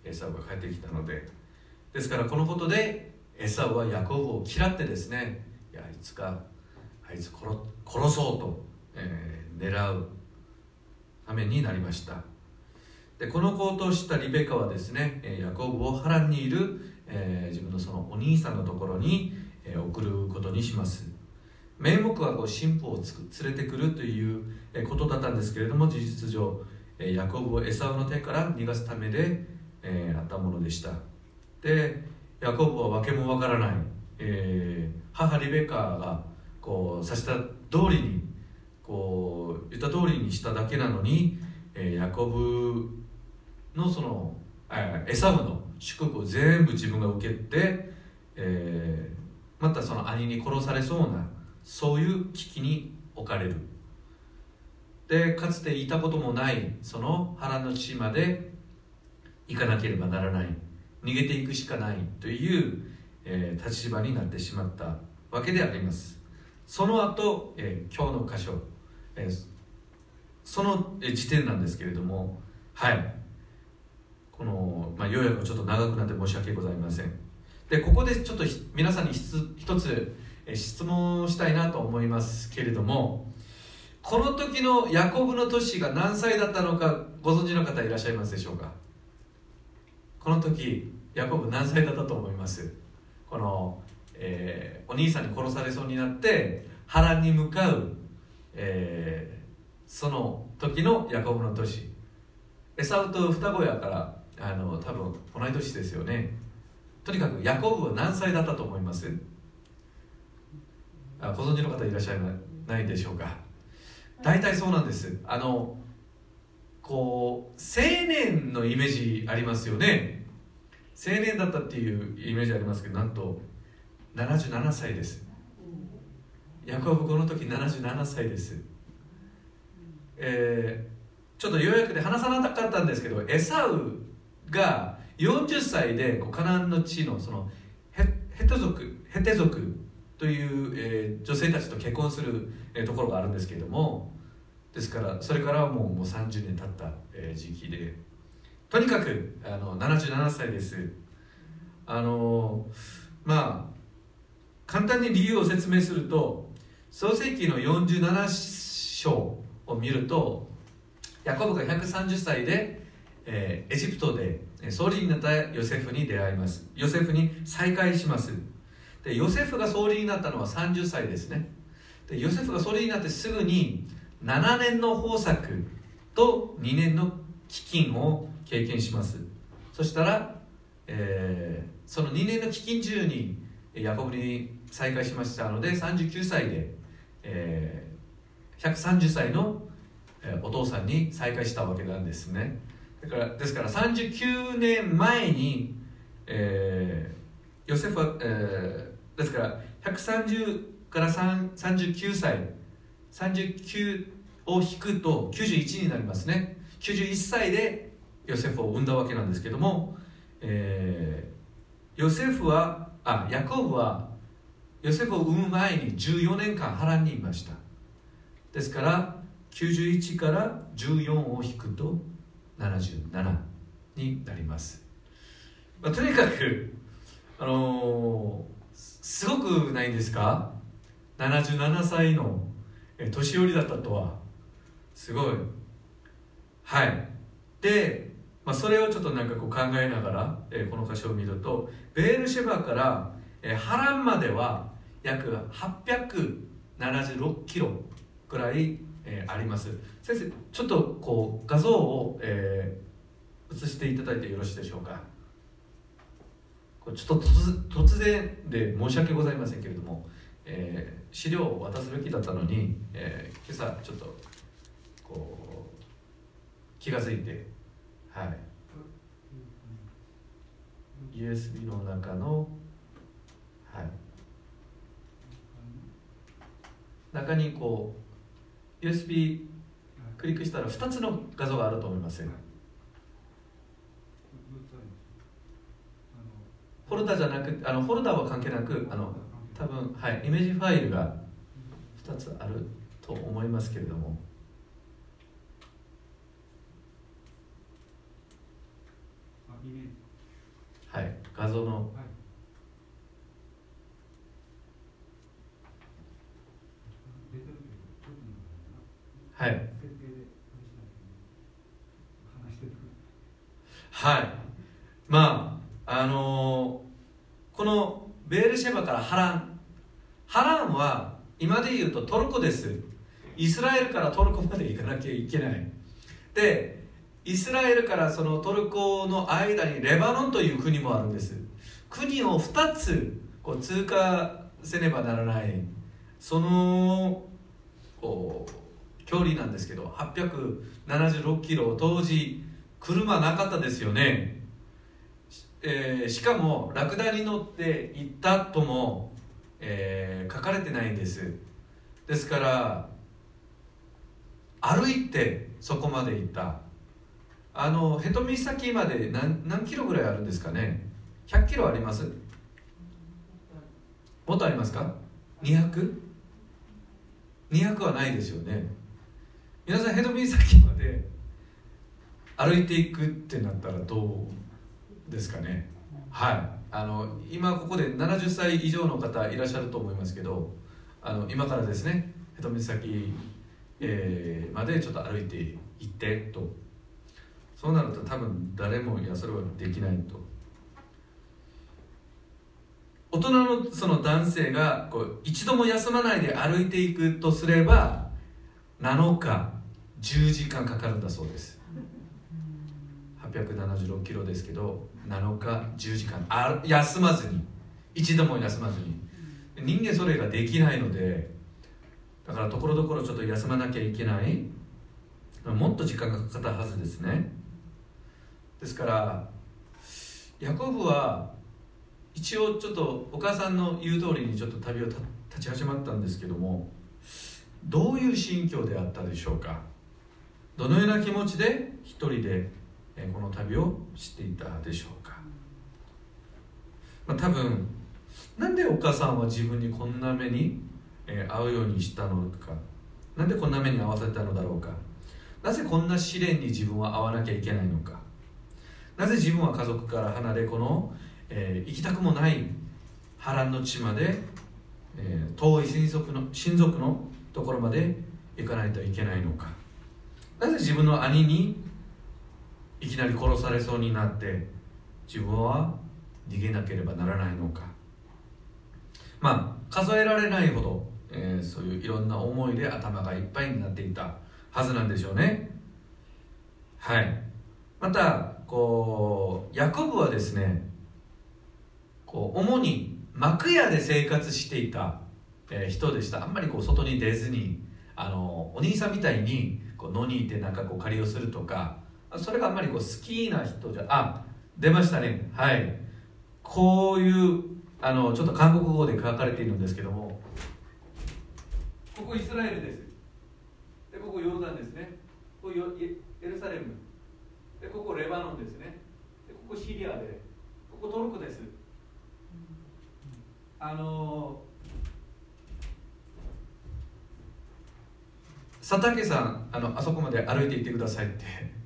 エサウが帰ってきたので、ですからこのことでエサウはヤコブを嫌ってですね、いや、あいつかあいつ殺、殺そうと、えー、狙うためになりました。でこのことを知ったリベカはですね、ヤコブをハランにいる、えー、自分のそのお兄さんのところに、えー、送ることにします。名目はこう新婦をつく連れてくるということだったんですけれども、事実上ヤコブをエサウの手から逃がすためで、えー、あったものでした。でヤコブは訳もわからない、えー、母リベカがこうさせた通りにこう言った通りにしただけなのに、えー、ヤコブのそのエサウの祝福を全部自分が受けて、えー、またその兄に殺されそうなそういう危機に置かれる。でかつていたこともないそのハランの地まで行かなければならない、逃げていくしかないという、えー、立場になってしまったわけであります。その後、えー、今日の箇所、えー、その時点なんですけれども、はいこの、まあ、ようやくちょっと長くなって申し訳ございません。でここでちょっと皆さんに一つ質問したいなと思いますけれども、この時のヤコブの年が何歳だったのかご存知の方いらっしゃいますでしょうか。この時ヤコブ何歳だったと思います？この、えー、お兄さんに殺されそうになってハランに向かう、えー、その時のヤコブの年、エサウと双子やからあの多分同い年ですよね。とにかくヤコブは何歳だったと思います？あご存知の方いらっしゃいないでしょうか。大体そうなんです。あのこう青年のイメージありますよね。青年だったっていうイメージありますけど、なんとななじゅうななさいです。ヤコブこの時ななじゅうななさいです。えー、ちょっと要約で話さなかったんですけど、エサウがよんじゅっさいでこうカナンの地のそのヘテ族ヘテ族という、えー、女性たちと結婚する、えー、ところがあるんですけれども、ですからそれからはもう、もうさんじゅうねん経った、えー、時期で、とにかくあのななじゅうななさいです。あのまあ簡単に理由を説明すると、創世記のよんじゅうなな章を見ると、ヤコブがひゃくさんじゅっさいで、えー、エジプトで総理になったヨセフに出会います。ヨセフに再会します。でヨセフが総理になったのはさんじゅっさいですね。でヨセフが総理になってすぐにななねんの豊作とにねんの飢饉を経験します。そしたら、えー、そのにねんの飢饉中にヤコブに再会しましたので、さんじゅうきゅうさいで、えー、ひゃくさんじゅっさいのお父さんに再会したわけなんですね。だからですからさんじゅうきゅうねんまえに、えー、ヨセフは、えーですからひゃくさんじゅうからさんじゅうきゅうさい、さんじゅうきゅうを引くときゅうじゅういちになりますね。きゅうじゅういっさいでヨセフを産んだわけなんですけども、えー、ヨセフはあヤコブはヨセフを産む前にじゅうよねんかんハランにいました。ですからきゅうじゅういちからじゅうよんを引くとななじゅうななになります。まあ、とにかくあのーすごくないんですか？ななじゅうななさいの年寄りだったとは。すごい。はい。で、まあ、それをちょっとなんかこう考えながら、えー、この箇所を見ると、ベールシェバから、えー、ハランまでは約はっぴゃくななじゅうろっキロくらい、えー、あります。先生、ちょっとこう画像を、えー、映していただいてよろしいでしょうか。ちょっと 突, 突然で申し訳ございませんけれども、えー、資料を渡すべきだったのに、えー、今朝ちょっとこう気がついて、はい、ユーエスビー の中の、はい、中にこう ユーエスビー クリックしたらふたつの画像があると思います。フォルダじゃなくあのフォルダは関係なく、あの多分、はい、イメージファイルがふたつあると思いますけれども、 はい、画像の、はい、はい、まああのー、このベールシェバからハラン、ハランは今で言うとトルコです。イスラエルからトルコまで行かなきゃいけない。で、イスラエルからそのトルコの間にレバノンという国もあるんです。国をふたつこう通過せねばならない、そのこう距離なんですけど、はっぴゃくななじゅうろくキロ、当時車なかったですよね。えー、しかもラクダに乗って行ったとも、えー、書かれてないんです。ですから歩いてそこまで行った。あのヘト岬まで 何, 何キロぐらいあるんですかね。ひゃくキロあります？もっとありますか？ にひゃく？ にひゃくはないですよね。皆さんヘト岬まで歩いていくってなったらどうですかね。はい、あの今ここでななじゅっさい以上の方いらっしゃると思いますけど、あの今からですね、ヘト岬、えー、までちょっと歩いて行ってと、そうなると多分誰もいやそれはできないと。大人のその男性がこう一度も休まないで歩いていくとすればなのかじゅうじかんかかるんだそうです。はっぴゃくななじゅうろくキロですけどなのかじゅうじかんあ休まずに、一度も休まずに、人間それができないので、だからところどころちょっと休まなきゃいけない、もっと時間がかかったはずですね。ですからヤコブは一応ちょっとお母さんの言う通りにちょっと旅を立ち始まったんですけども、どういう心境であったでしょうか。どのような気持ちで一人でこの旅をしていたでしょうか。まあ、多分なんでお母さんは自分にこんな目に遭うようにしたのか、なんでこんな目に遭わせたのだろうか、なぜこんな試練に自分は遭わなきゃいけないのか、なぜ自分は家族から離れこの、えー、行きたくもない波乱の地まで、えー、遠い親族の親族のところまで行かないといけないのか、なぜ自分の兄にいきなり殺されそうになって自分は逃げなければならないのか。まあ数えられないほど、えー、そういういろんな思いで頭がいっぱいになっていたはずなんでしょうね。はい。またこうヤコブはですね、こう主に幕屋で生活していた、えー、人でした。あんまりこう外に出ずに、あのお兄さんみたいにこう野にいてなんかこう狩りをするとか、それがあんまりこう好きな人じゃ、あ、出ましたね。はい。こういうあのちょっと韓国語で書かれているんですけども、ここイスラエルです。でここヨルダンですね。ここエルサレム。でここレバノンですね。でここシリアで、ここトルコです。あの佐竹さん、あのあそこまで歩いて行ってくださいって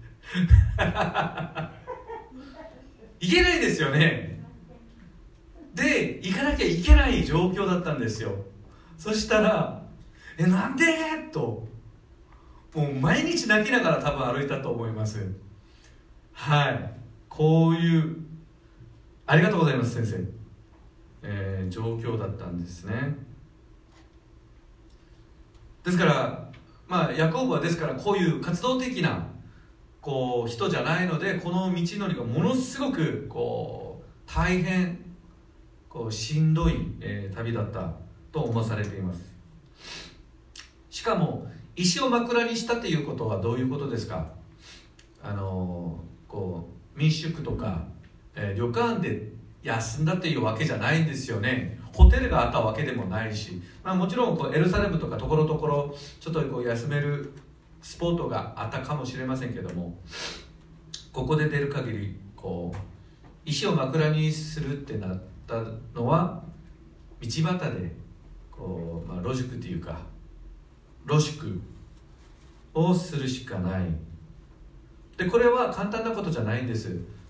いけないですよね。で行かなきゃいけない状況だったんですよ。そしたらえなんでと、もう毎日泣きながら多分歩いたと思います。はい、こういうありがとうございます先生、えー、状況だったんですね。ですからまあヤコブはですからこういう活動的なこう人じゃないので、この道のりがものすごくこう大変こうしんどい、えー、旅だったと思わされています。しかも石を枕にしたということはどういうことですか。あのこう民宿とか、えー、旅館で休んだというわけじゃないんですよね。ホテルがあったわけでもないし、まあ、もちろんこうエルサレムとかところどころちょっとこう休めるスポットがあったかもしれませんけども、ここで出る限りこう石を枕にするってなったのは道端でこう、まあ、野宿というか露宿をするしかない。でこれは簡単なことじゃないんです。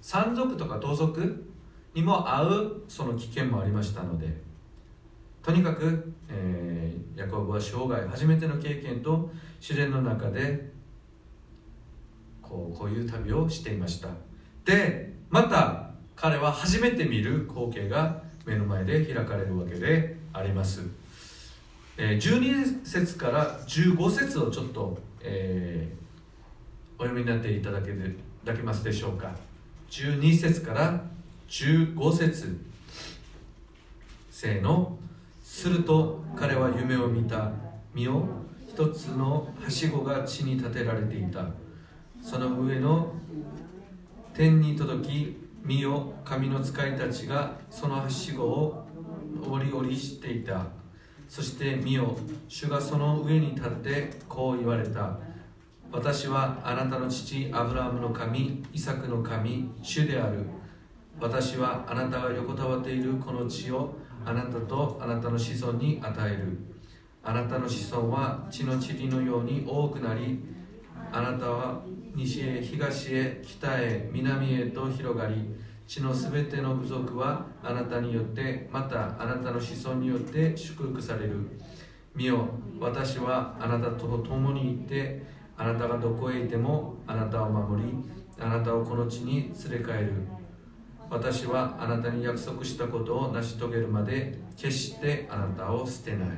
山賊とか盗賊にも遭うその危険もありましたので、とにかく、えー、ヤコブは生涯初めての経験と試練の中でこう、こういう旅をしていました。でまた彼は初めて見る光景が目の前で開かれるわけであります。えー、じゅうに節からじゅうご節をちょっと、えー、お読みになっていただけるいただけますでしょうか。じゅうに節からじゅうご節、せーの。すると彼は夢を見た。見よ、一つのはしごが地に立てられていた。その上の天に届き、見よ、神の使いたちがそのはしごを折り折りしていた。そして見よ、主がその上に立ってこう言われた。私はあなたの父アブラハムの神、イサクの神、主である。私はあなたが横たわっているこの地をあなたとあなたの子孫に与える。あなたの子孫は地の塵のように多くなり、あなたは西へ東へ北へ南へと広がり、地のすべての部族はあなたによって、またあなたの子孫によって祝福される。見よ、私はあなたと共にいて、あなたがどこへいてもあなたを守り、あなたをこの地に連れ帰る。私はあなたに約束したことを成し遂げるまで決してあなたを捨てない。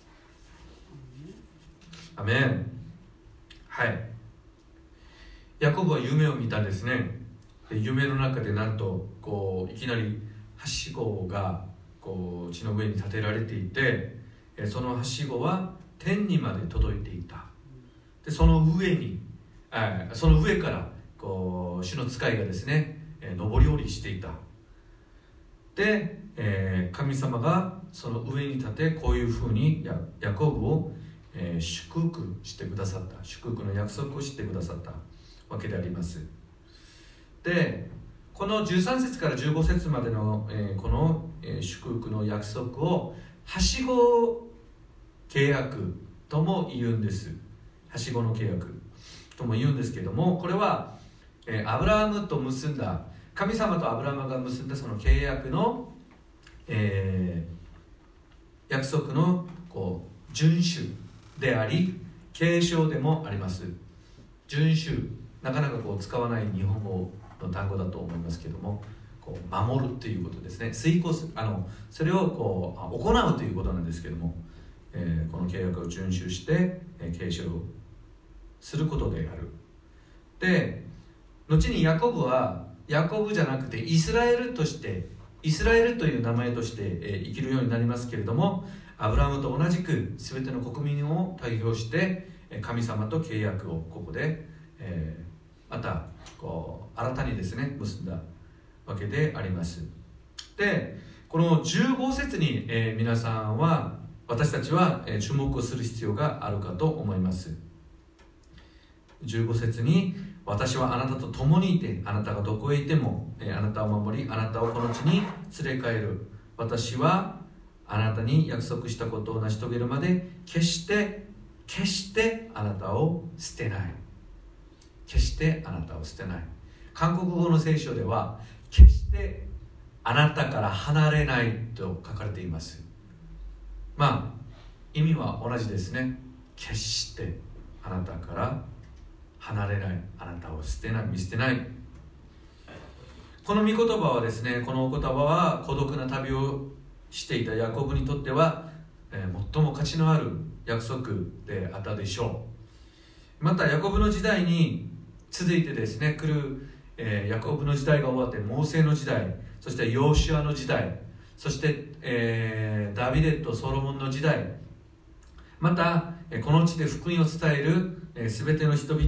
アメン。はい。ヤコブは夢を見たんですね。で夢の中でなんとこういきなりはしごがこう地の上に立てられていて、そのはしごは天にまで届いていた。でその上にその上からこう主の使いがですね上り下りしていた。で、えー、神様がその上に立ってこういうふうに ヤ, ヤコブを、えー、祝福してくださった。祝福の約束をしてくださったわけであります。でこのじゅうさん節からじゅうご節までの、えー、この、えー、祝福の約束をはしご契約とも言うんです。はしごの契約とも言うんですけども、これは、えー、アブラハムと結んだ、神様とアブラハムが結んだその契約の、えー、約束のこう遵守であり継承でもあります。遵守、なかなかこう使わない日本語の単語だと思いますけども、こう守るということですね。遂行すあのそれをこう行うということなんですけども、えー、この契約を遵守して、えー、継承することである。で後にヤコブはヤコブじゃなくてイスラエルとしてイスラエルという名前として、えー、生きるようになりますけれども、アブラハムと同じく全ての国民を代表して神様と契約をここで、えー、またこう新たにですね結んだわけであります。でこのじゅうご節に、えー、皆さんは私たちは、えー、注目をする必要があるかと思います。じゅうご節に私はあなたと共にいて、あなたがどこへいても、えー、あなたを守り、あなたをこの地に連れ帰る。私はあなたに約束したことを成し遂げるまで決して決してあなたを捨てない。決してあなたを捨てない。韓国語の聖書では決してあなたから離れないと書かれています。まあ意味は同じですね。決してあなたから離れない、あなたを捨てない、見捨てない。この御言葉はですね、このお言葉は孤独な旅をしていたヤコブにとっては、えー、最も価値のある約束であったでしょう。またヤコブの時代に続いてですね来る、えー、ヤコブの時代が終わってモーセの時代、そしてヨシュアの時代、そして、えー、ダビデとソロモンの時代、またこの地で福音を伝えるすべての人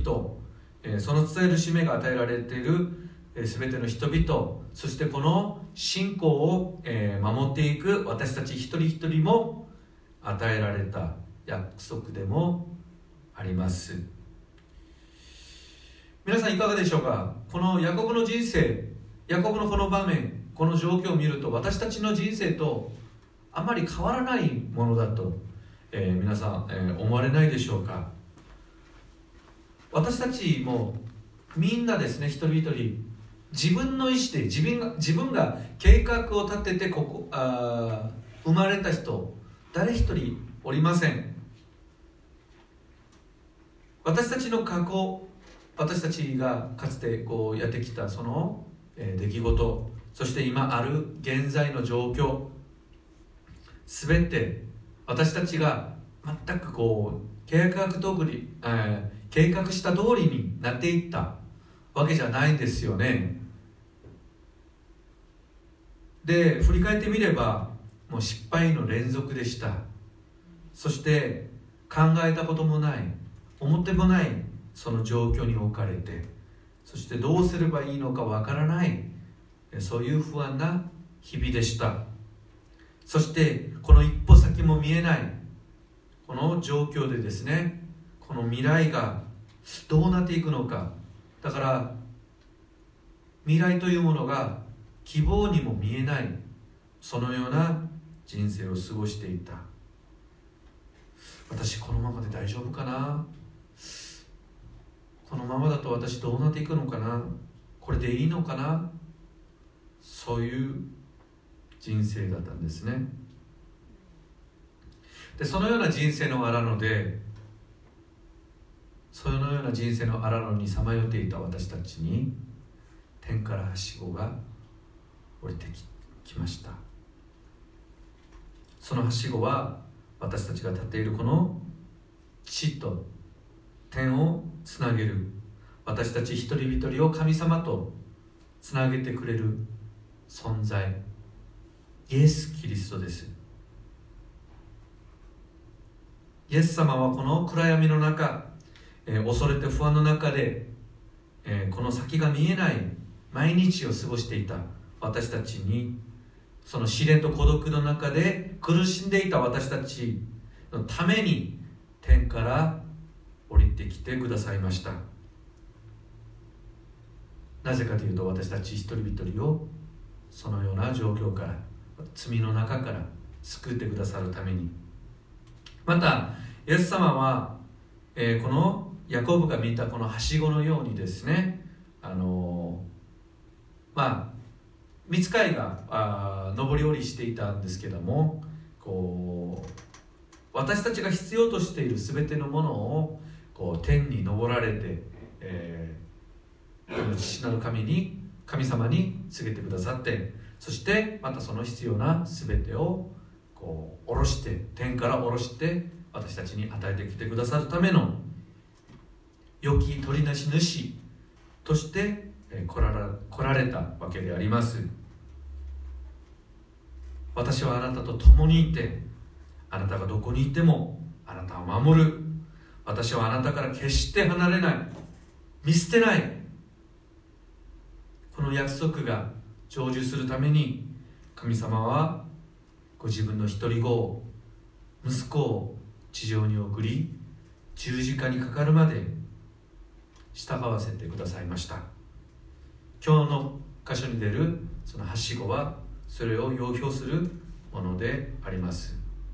々、その伝える使命が与えられているすべての人々、そしてこの信仰を守っていく私たち一人一人も与えられた約束でもあります。皆さんいかがでしょうか。このヤコブの人生、ヤコブのこの場面、この状況を見ると私たちの人生とあまり変わらないものだと、えー、皆さん、えー、思われないでしょうか。私たちもみんなですね一人一人自分の意思で自分が自分が計画を立ててここあ生まれた人誰一人おりません。私たちの過去、私たちがかつてこうやってきたその、えー、出来事、そして今ある現在の状況、すべて私たちが全くこう計画通り、えー、計画した通りになっていったわけじゃないんですよね。で、振り返ってみればもう失敗の連続でした。そして考えたこともない、思ってもないその状況に置かれて、そしてどうすればいいのかわからない、そういう不安な日々でした。そしてこの一歩先も見えないこの状況でですね、この未来がどうなっていくのか、だから未来というものが希望にも見えない、そのような人生を過ごしていた。私このままで大丈夫かな、このままだと私どうなっていくのかな、これでいいのかな、そういう人生だったんですね。で、そのような人生の荒野で、そのような人生の荒野にさまよっていた私たちに天からはしごが降りてきました。そのはしごは私たちが立っているこの地と天をつなげる、私たち一人一人を神様とつなげてくれる存在、イエス・キリストです。イエス様はこの暗闇の中、えー、恐れて不安の中で、えー、この先が見えない毎日を過ごしていた私たちに、その試練と孤独の中で苦しんでいた私たちのために天から降りてきてくださいました。なぜかというと、私たち一人一人をそのような状況から、罪の中から救ってくださるために。またイエス様は、えー、このヤコブが見たこのはしごのようにですね、あのー、まあ御使いがあ上り下りしていたんですけども、こう私たちが必要としている全てのものをこう天に昇られて、えー、父なる神に神様に告げてくださって、そしてまたその必要な全てをこう下ろして、天から下ろして私たちに与えてきてくださるための良き取りなし主として来られ、来られたわけであります。私はあなたと共にいて、あなたがどこにいてもあなたを守る。私はあなたから決して離れない、見捨てない。この約束が成就するために、神様はご自分の一人子を、息子を地上に送り、十字架にかかるまで従わせてくださいました。今日の箇所に出るそのはしごはそれを要表するものであります。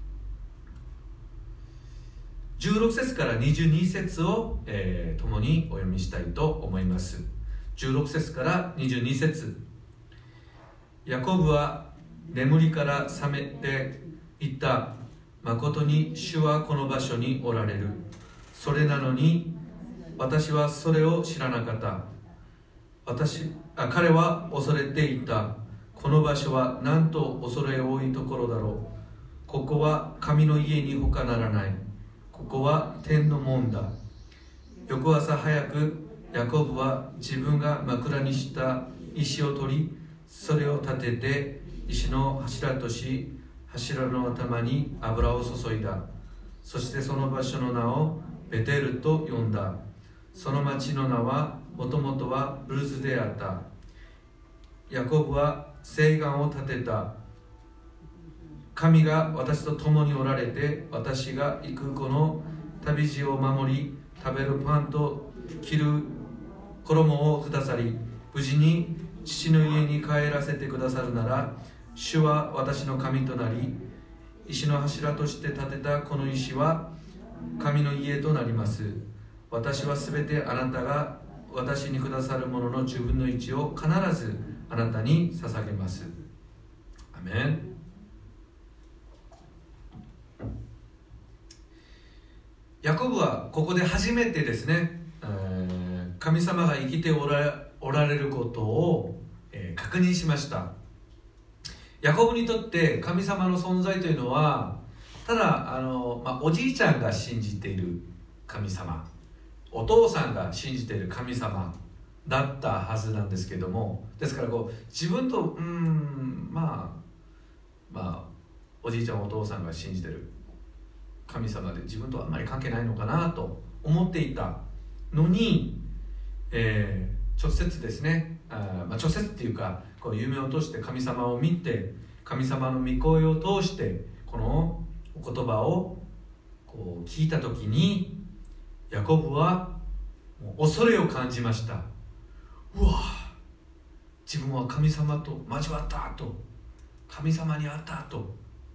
じゅうろく節からにじゅうに節を、えー、共にお読みしたいと思います。じゅうろく節からにじゅうに節。ヤコブは眠りから覚めていった。誠に主はこの場所におられる。それなのに私はそれを知らなかった。私あ彼は恐れていた。この場所はなんと恐れ多いところだろう。ここは神の家に他ならない。ここは天の門だ。翌朝早くヤコブは自分が枕にした石を取り、それを立てて石の柱とし、柱の頭に油を注いだ。そしてその場所の名をベテルと呼んだ。その町の名はもともとはルズであった。ヤコブは誓願を立てた。神が私と共におられて、私が行くこの旅路を守り、食べるパンと着る衣をくださり、無事に父の家に帰らせてくださるなら、主は私の神となり、石の柱として建てたこの石は神の家となります。私はすべてあなたが私にくださるもののじゅうぶんのいちを必ずあなたに捧げます。アメン。ヤコブはここで初めてですね、えー、神様が生きておら、おられることを、えー、確認しました。ヤコブにとって神様の存在というのはただあの、まあ、おじいちゃんが信じている神様、お父さんが信じている神様だったはずなんですけども、ですからこう自分とうーんまあまあおじいちゃんお父さんが信じている神様で自分とはあんまり関係ないのかなと思っていたのに、えー、直接ですね、あ、まあ、直接っていうかこう夢を通して神様を見て、神様の御声を通してこのお言葉をこう聞いたときに、ヤコブはもう恐れを感じました。うわ、自分は神様と交わったと、神様に会ったと、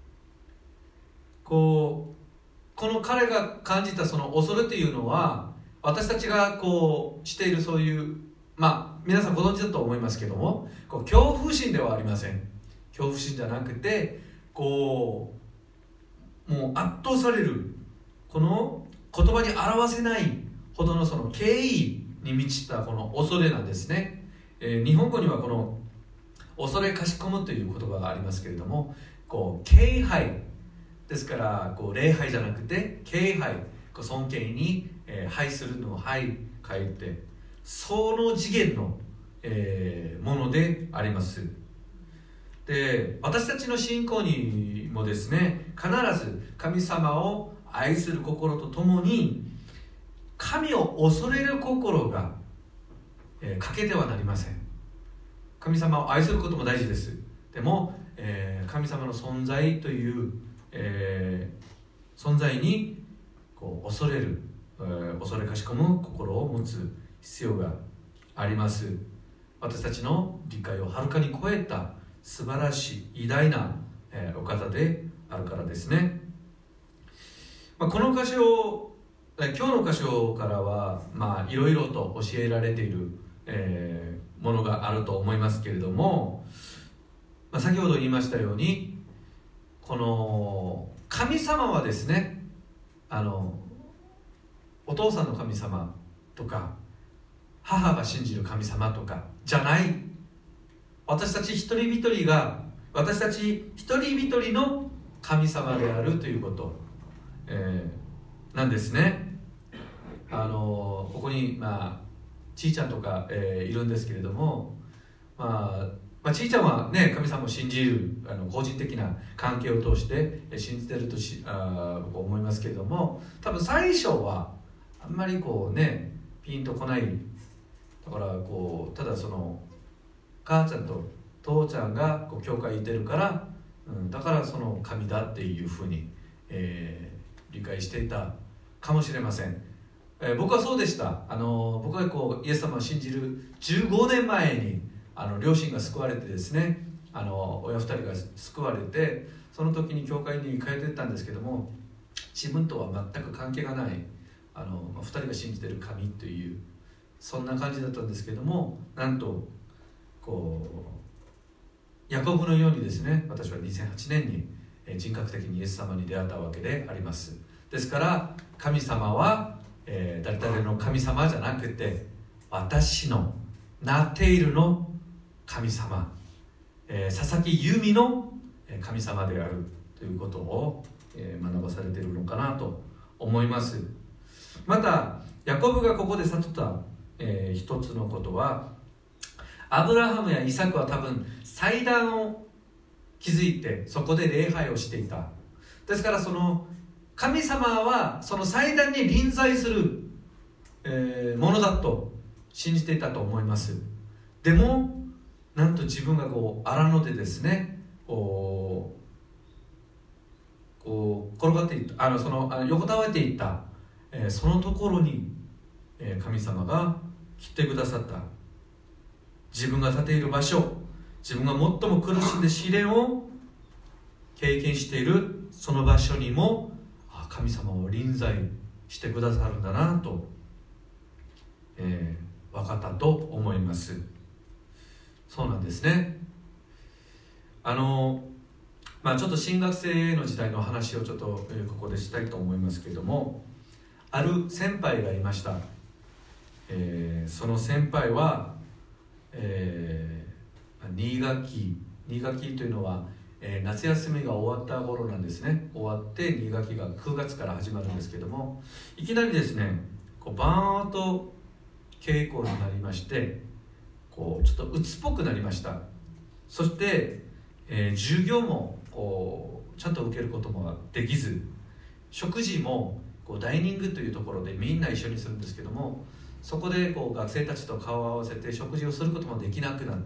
こうこの彼が感じたその恐れというのは、私たちがこうしているそういう、まあ皆さんご存知だと思いますけども、こう恐怖心ではありません。恐怖心じゃなくて、こうもう圧倒される、この言葉に表せないほどのその敬意に満ちたこの恐れなんですね。えー、日本語にはこの恐れかしこむという言葉がありますけれども、こう敬拝ですから、こう礼拝じゃなくて敬拝、こう尊敬に、えー、拝するのを拝書いて、その次元の、えー、ものであります。で、私たちの信仰にもですね、必ず神様を愛する心とともに神を恐れる心が、えー、欠けてはなりません。神様を愛することも大事です。でも、えー、神様の存在という、えー、存在にこう恐れる、えー、恐れかしこむ心を持つ必要があります。私たちの理解をはるかに超えた素晴らしい偉大な、えー、お方であるからですね。まあ、この箇所、今日の箇所からは、まあ、いろいろと教えられている、えー、ものがあると思いますけれども、まあ、先ほど言いましたように、この神様はですね、あのお父さんの神様とか母が信じる神様とかじゃない、私たち一人一人が、私たち一人一人の神様であるということ、えー、なんですね。あのここに、まあ、ちいちゃんとか、えー、いるんですけれども、まあまあ、ちいちゃんはね、神様を信じるあの個人的な関係を通して信じてるとしあ僕は思いますけれども、多分最初はあんまりこうねピンとこない。だからこうただその母ちゃんと父ちゃんがこう教会にいてるから、うん、だからその神だっていうふうに、えー、理解していたかもしれません。えー、僕はそうでした。あの僕がこうイエス様を信じるじゅうごねんまえにあの両親が救われてですね、あの親ふたりが救われて、その時に教会に通っていったんですけども、自分とは全く関係がないあのふたりが信じている神という、そんな感じだったんですけども、なんとこうヤコブのようにですね、私はにせんはちねんに人格的にイエス様に出会ったわけであります。ですから神様は、えー、誰々の神様じゃなくて、私のナテイルの神様、えー、佐々木由美の神様であるということを、えー、学ばされているのかなと思います。またヤコブがここで悟った、えー、一つのことは、アブラハムやイサクは多分祭壇を築いてそこで礼拝をしていた。ですからその神様はその祭壇に臨在する、えー、ものだと信じていたと思います。でもなんと自分がこう荒野でですね、こうこう転がっていったあのそのあの横たわれていった、えー、そのところに、えー、神様が来てくださった。自分が立っている場所、自分が最も苦しんで試練を経験しているその場所にも神様を臨在してくださるんだなと、えー、 分かったと思います。そうなんですね。あのまあちょっと新学生の時代の話をちょっと、えー、ここでしたいと思いますけれども、ある先輩がいました。えー、その先輩は、えー、に学期に学期というのは、えー、夏休みが終わった頃なんですね。終わってに学期がくがつから始まるんですけども、いきなりですね、こうバーンと稽古になりまして、こうちょっと鬱っぽくなりました。そして、えー、授業もこうちゃんと受けることもできず、食事もこうダイニングというところでみんな一緒にするんですけども、そこでこう学生たちと顔を合わせて食事をすることもできなくなって、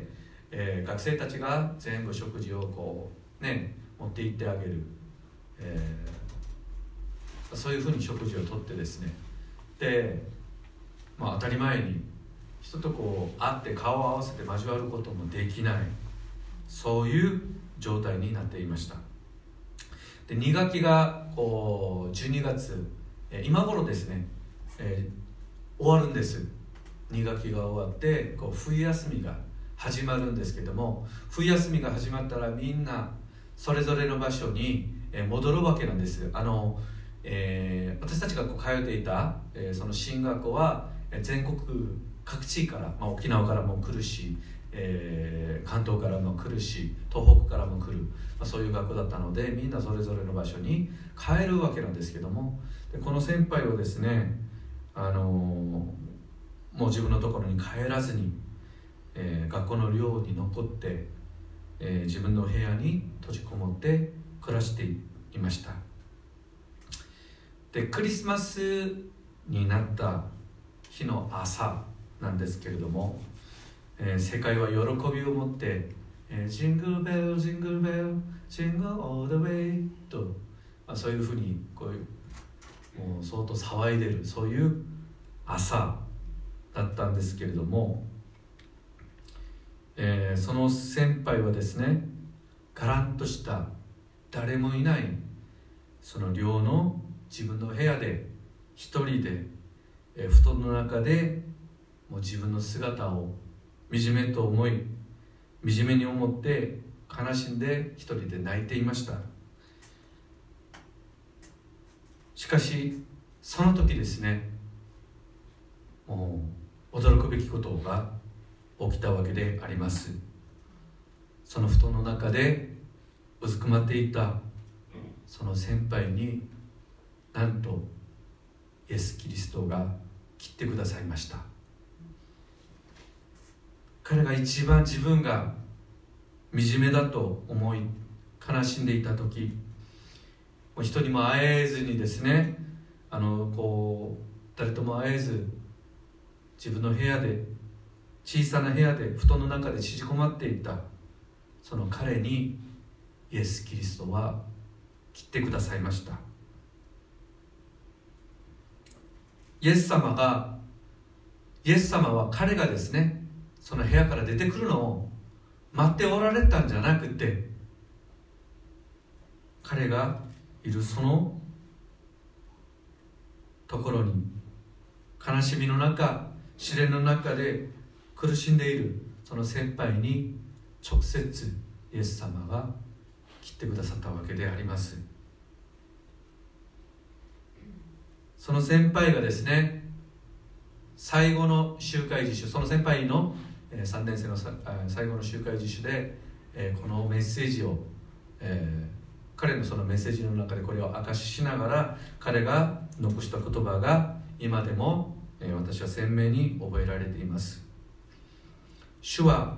えー、学生たちが全部食事をこう、ね、持って行ってあげる、えー、そういうふうに食事をとってですね、で、まあ、当たり前に人とこう会って顔を合わせて交わることもできない、そういう状態になっていました。で、に学期がこうじゅうにがつ、えー、今頃ですね、えー、終わるんです。に学期が終わってこう冬休みが始まるんですけども、冬休みが始まったらみんなそれぞれの場所に戻るわけなんです。あの、えー、私たちがこう通っていた、えー、その進学校は全国各地から、まあ、沖縄からも来るし、えー、関東からも来るし、東北からも来る、まあ、そういう学校だったので、みんなそれぞれの場所に帰るわけなんですけども、でこの先輩はですね、あのー、もう自分のところに帰らずに、えー、学校の寮に残って、えー、自分の部屋に閉じこもって暮らしていました。で、クリスマスになった日の朝なんですけれども、えー、世界は喜びを持って、えー、ジングルベルジングルベルジングルオールウェイと、まあ、そういうふうにこういうもう相当騒いでる、そういう朝だったんですけれども、えー、その先輩はですね、ガランとした誰もいないその寮の自分の部屋で一人で、えー、布団の中でもう自分の姿を惨めと思い、惨めに思って悲しんで一人で泣いていました。しかしその時ですね、もう驚くべきことが起きたわけであります。その布団の中でうずくまっていたその先輩に、なんとイエス・キリストが来てくださいました。彼が一番自分が惨めだと思い悲しんでいた時、もう人にも会えずにですね、あのこう誰とも会えず自分の部屋で、小さな部屋で布団の中で縮こまっていたその彼にイエス・キリストは来てくださいました。イエス様がイエス様は彼がですね、その部屋から出てくるのを待っておられたんじゃなくて、彼がいるそのところに、悲しみの中、試練の中で苦しんでいるその先輩に直接イエス様が来てくださったわけであります。その先輩がですね、最後の集会実習、その先輩のさんねん生の最後の集会実習でこのメッセージを、えー、彼のそのメッセージの中でこれを明かししながら、彼が残した言葉が今でも私は鮮明に覚えられています。主は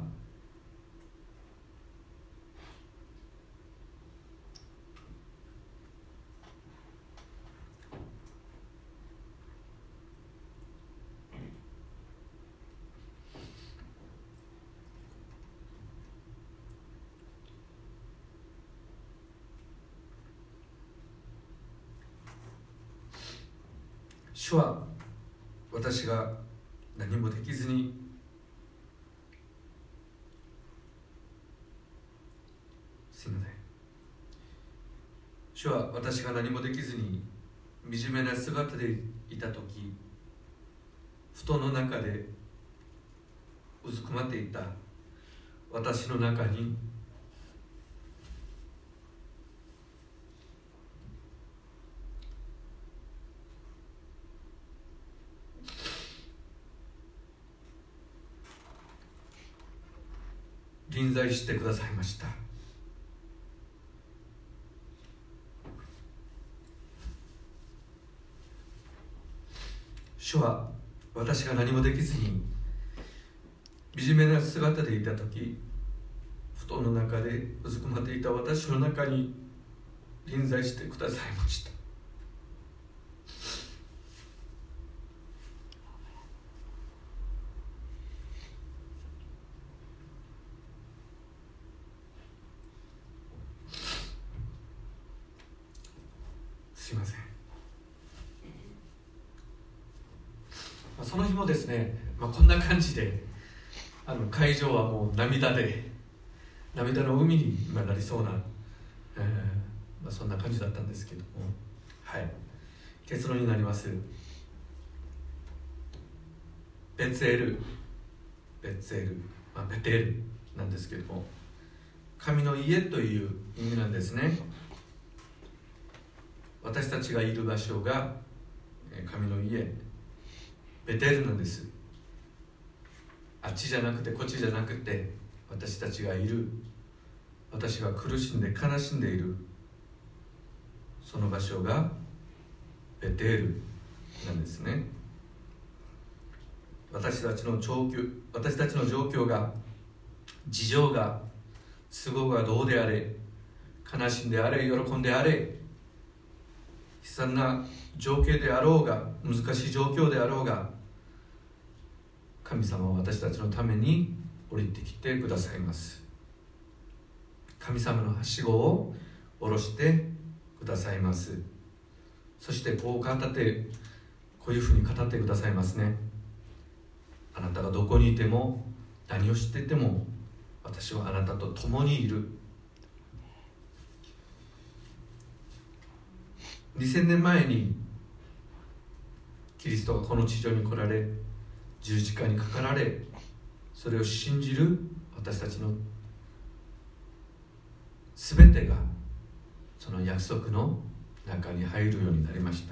主は私が何もできずにすみません主は私が何もできずに惨めな姿でいたとき、 布団の中でうずくまっていた私の中に臨在してくださいました。主は私が何もできずに惨めな姿でいたとき、布団の中でうずくまっていた私の中に臨在してくださいました。すいません。その日もですね、まあ、こんな感じであの会場はもう涙で涙の海に今なりそうな、えーまあ、そんな感じだったんですけども、はい、結論になります。ベツエルベツエル、まあ、ベテルなんですけども、神の家という意味なんですね。私たちがいる場所が神の家ベテルなんです。あっちじゃなくてこっちじゃなくて、私たちがいる、私が苦しんで悲しんでいるその場所がベテルなんですね。私たちの状況、私たちの状況が、事情が、都合がどうであれ、悲しんであれ、喜んであれ、悲惨な状況であろうが、難しい状況であろうが、神様は私たちのために降りてきてくださいます。神様のはしごを下ろしてくださいます。そしてこう語ってこういうふうに語ってくださいますね。あなたがどこにいても何をしていても私はあなたと共にいる。にせんねんまえにキリストがこの地上に来られ、十字架にかかられ、それを信じる私たちのすべてがその約束の中に入るようになりました。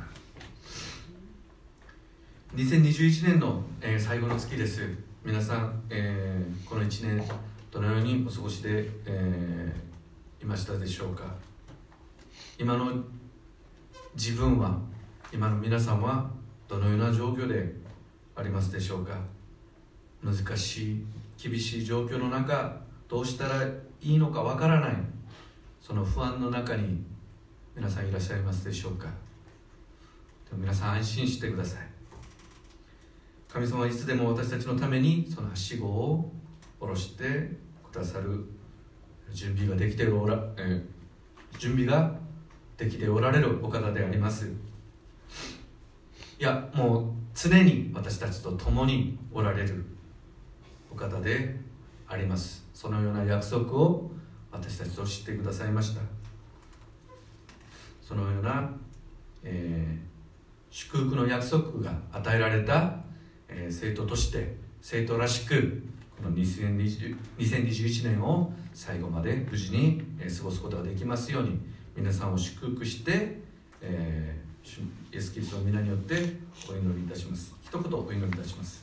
にせんにじゅういちねんの、えー、最後の月です。皆さん、えー、このいちねんどのようにお過ごしで、えー、いましたでしょうか。今の自分は、今の皆さんはどのような状況でありますでしょうか。難しい厳しい状況の中、どうしたらいいのかわからない、その不安の中に皆さんいらっしゃいますでしょうか。でも皆さん安心してください。神様はいつでも私たちのためにそのはしごを下ろしてくださる準備ができておら、えー、準備ができておられるお方であります。いや、もう常に私たちと共におられるお方であります。そのような約束を私たちと知ってくださいました。そのような、えー、祝福の約束が与えられた、えー、生徒として生徒らしくこのにせんにじゅういちねんを最後まで無事に、えー、過ごすことができますように、皆さんを祝福して、えー、イエス・キリストの皆によってお祈りいたします。一言お祈りいたします。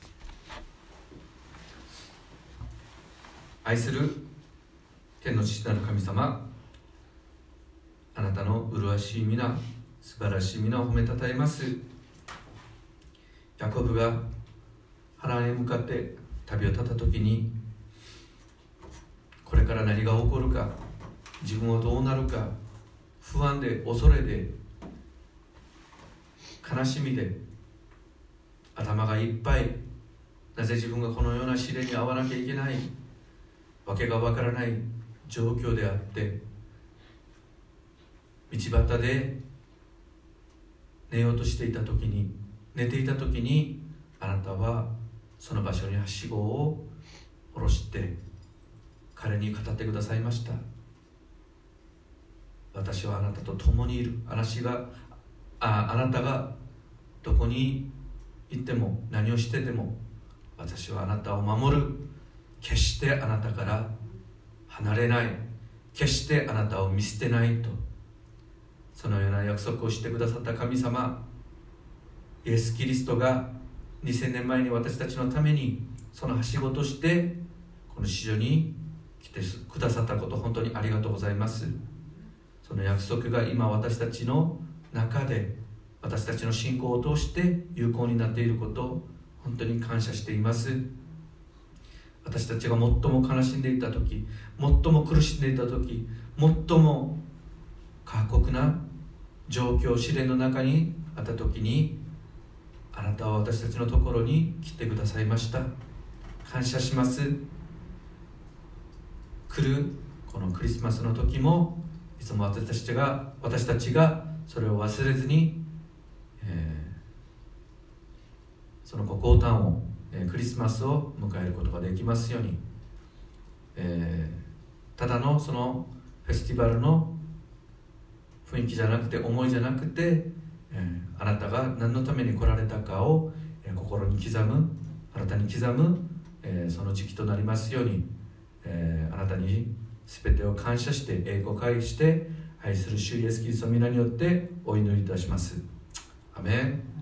愛する天の父なる神様、あなたの麗しい皆、素晴らしい皆を褒めたたえます。ヤコブがハランへ向かって旅を立った時に、これから何が起こるか、自分はどうなるか、不安で恐れで悲しみで頭がいっぱい、なぜ自分がこのような試練に遭わなきゃいけない、わけがわからない状況であって、道端で寝ようとしていた時に、寝ていた時に、あなたはその場所にはしごを下ろして彼に語ってくださいました。私はあなたと共にいる。あなたがああなたがどこに行っても何をしてでも私はあなたを守る、決してあなたから離れない、決してあなたを見捨てないと、そのような約束をしてくださった神様、イエス・キリストがにせんねんまえに私たちのためにそのはしごとしてこの市場に来てくださったこと、本当にありがとうございます。その約束が今私たちの中で、私たちの信仰を通して有効になっていることを本当に感謝しています。私たちが最も悲しんでいた時、最も苦しんでいた時、最も過酷な状況、試練の中にあった時に、あなたは私たちのところに来てくださいました。感謝します。来るこのクリスマスの時も、いつも私たちが私たちがそれを忘れずに、えー、そのご降誕を、えー、クリスマスを迎えることができますように、えー、ただのそのフェスティバルの雰囲気じゃなくて、思いじゃなくて、えー、あなたが何のために来られたかを、えー、心に刻む、あなたに刻む、えー、その時期となりますように、えー、あなたに全てを感謝して栄光を返して愛する主イエスキリストの皆によってお祈りいたします。アメン。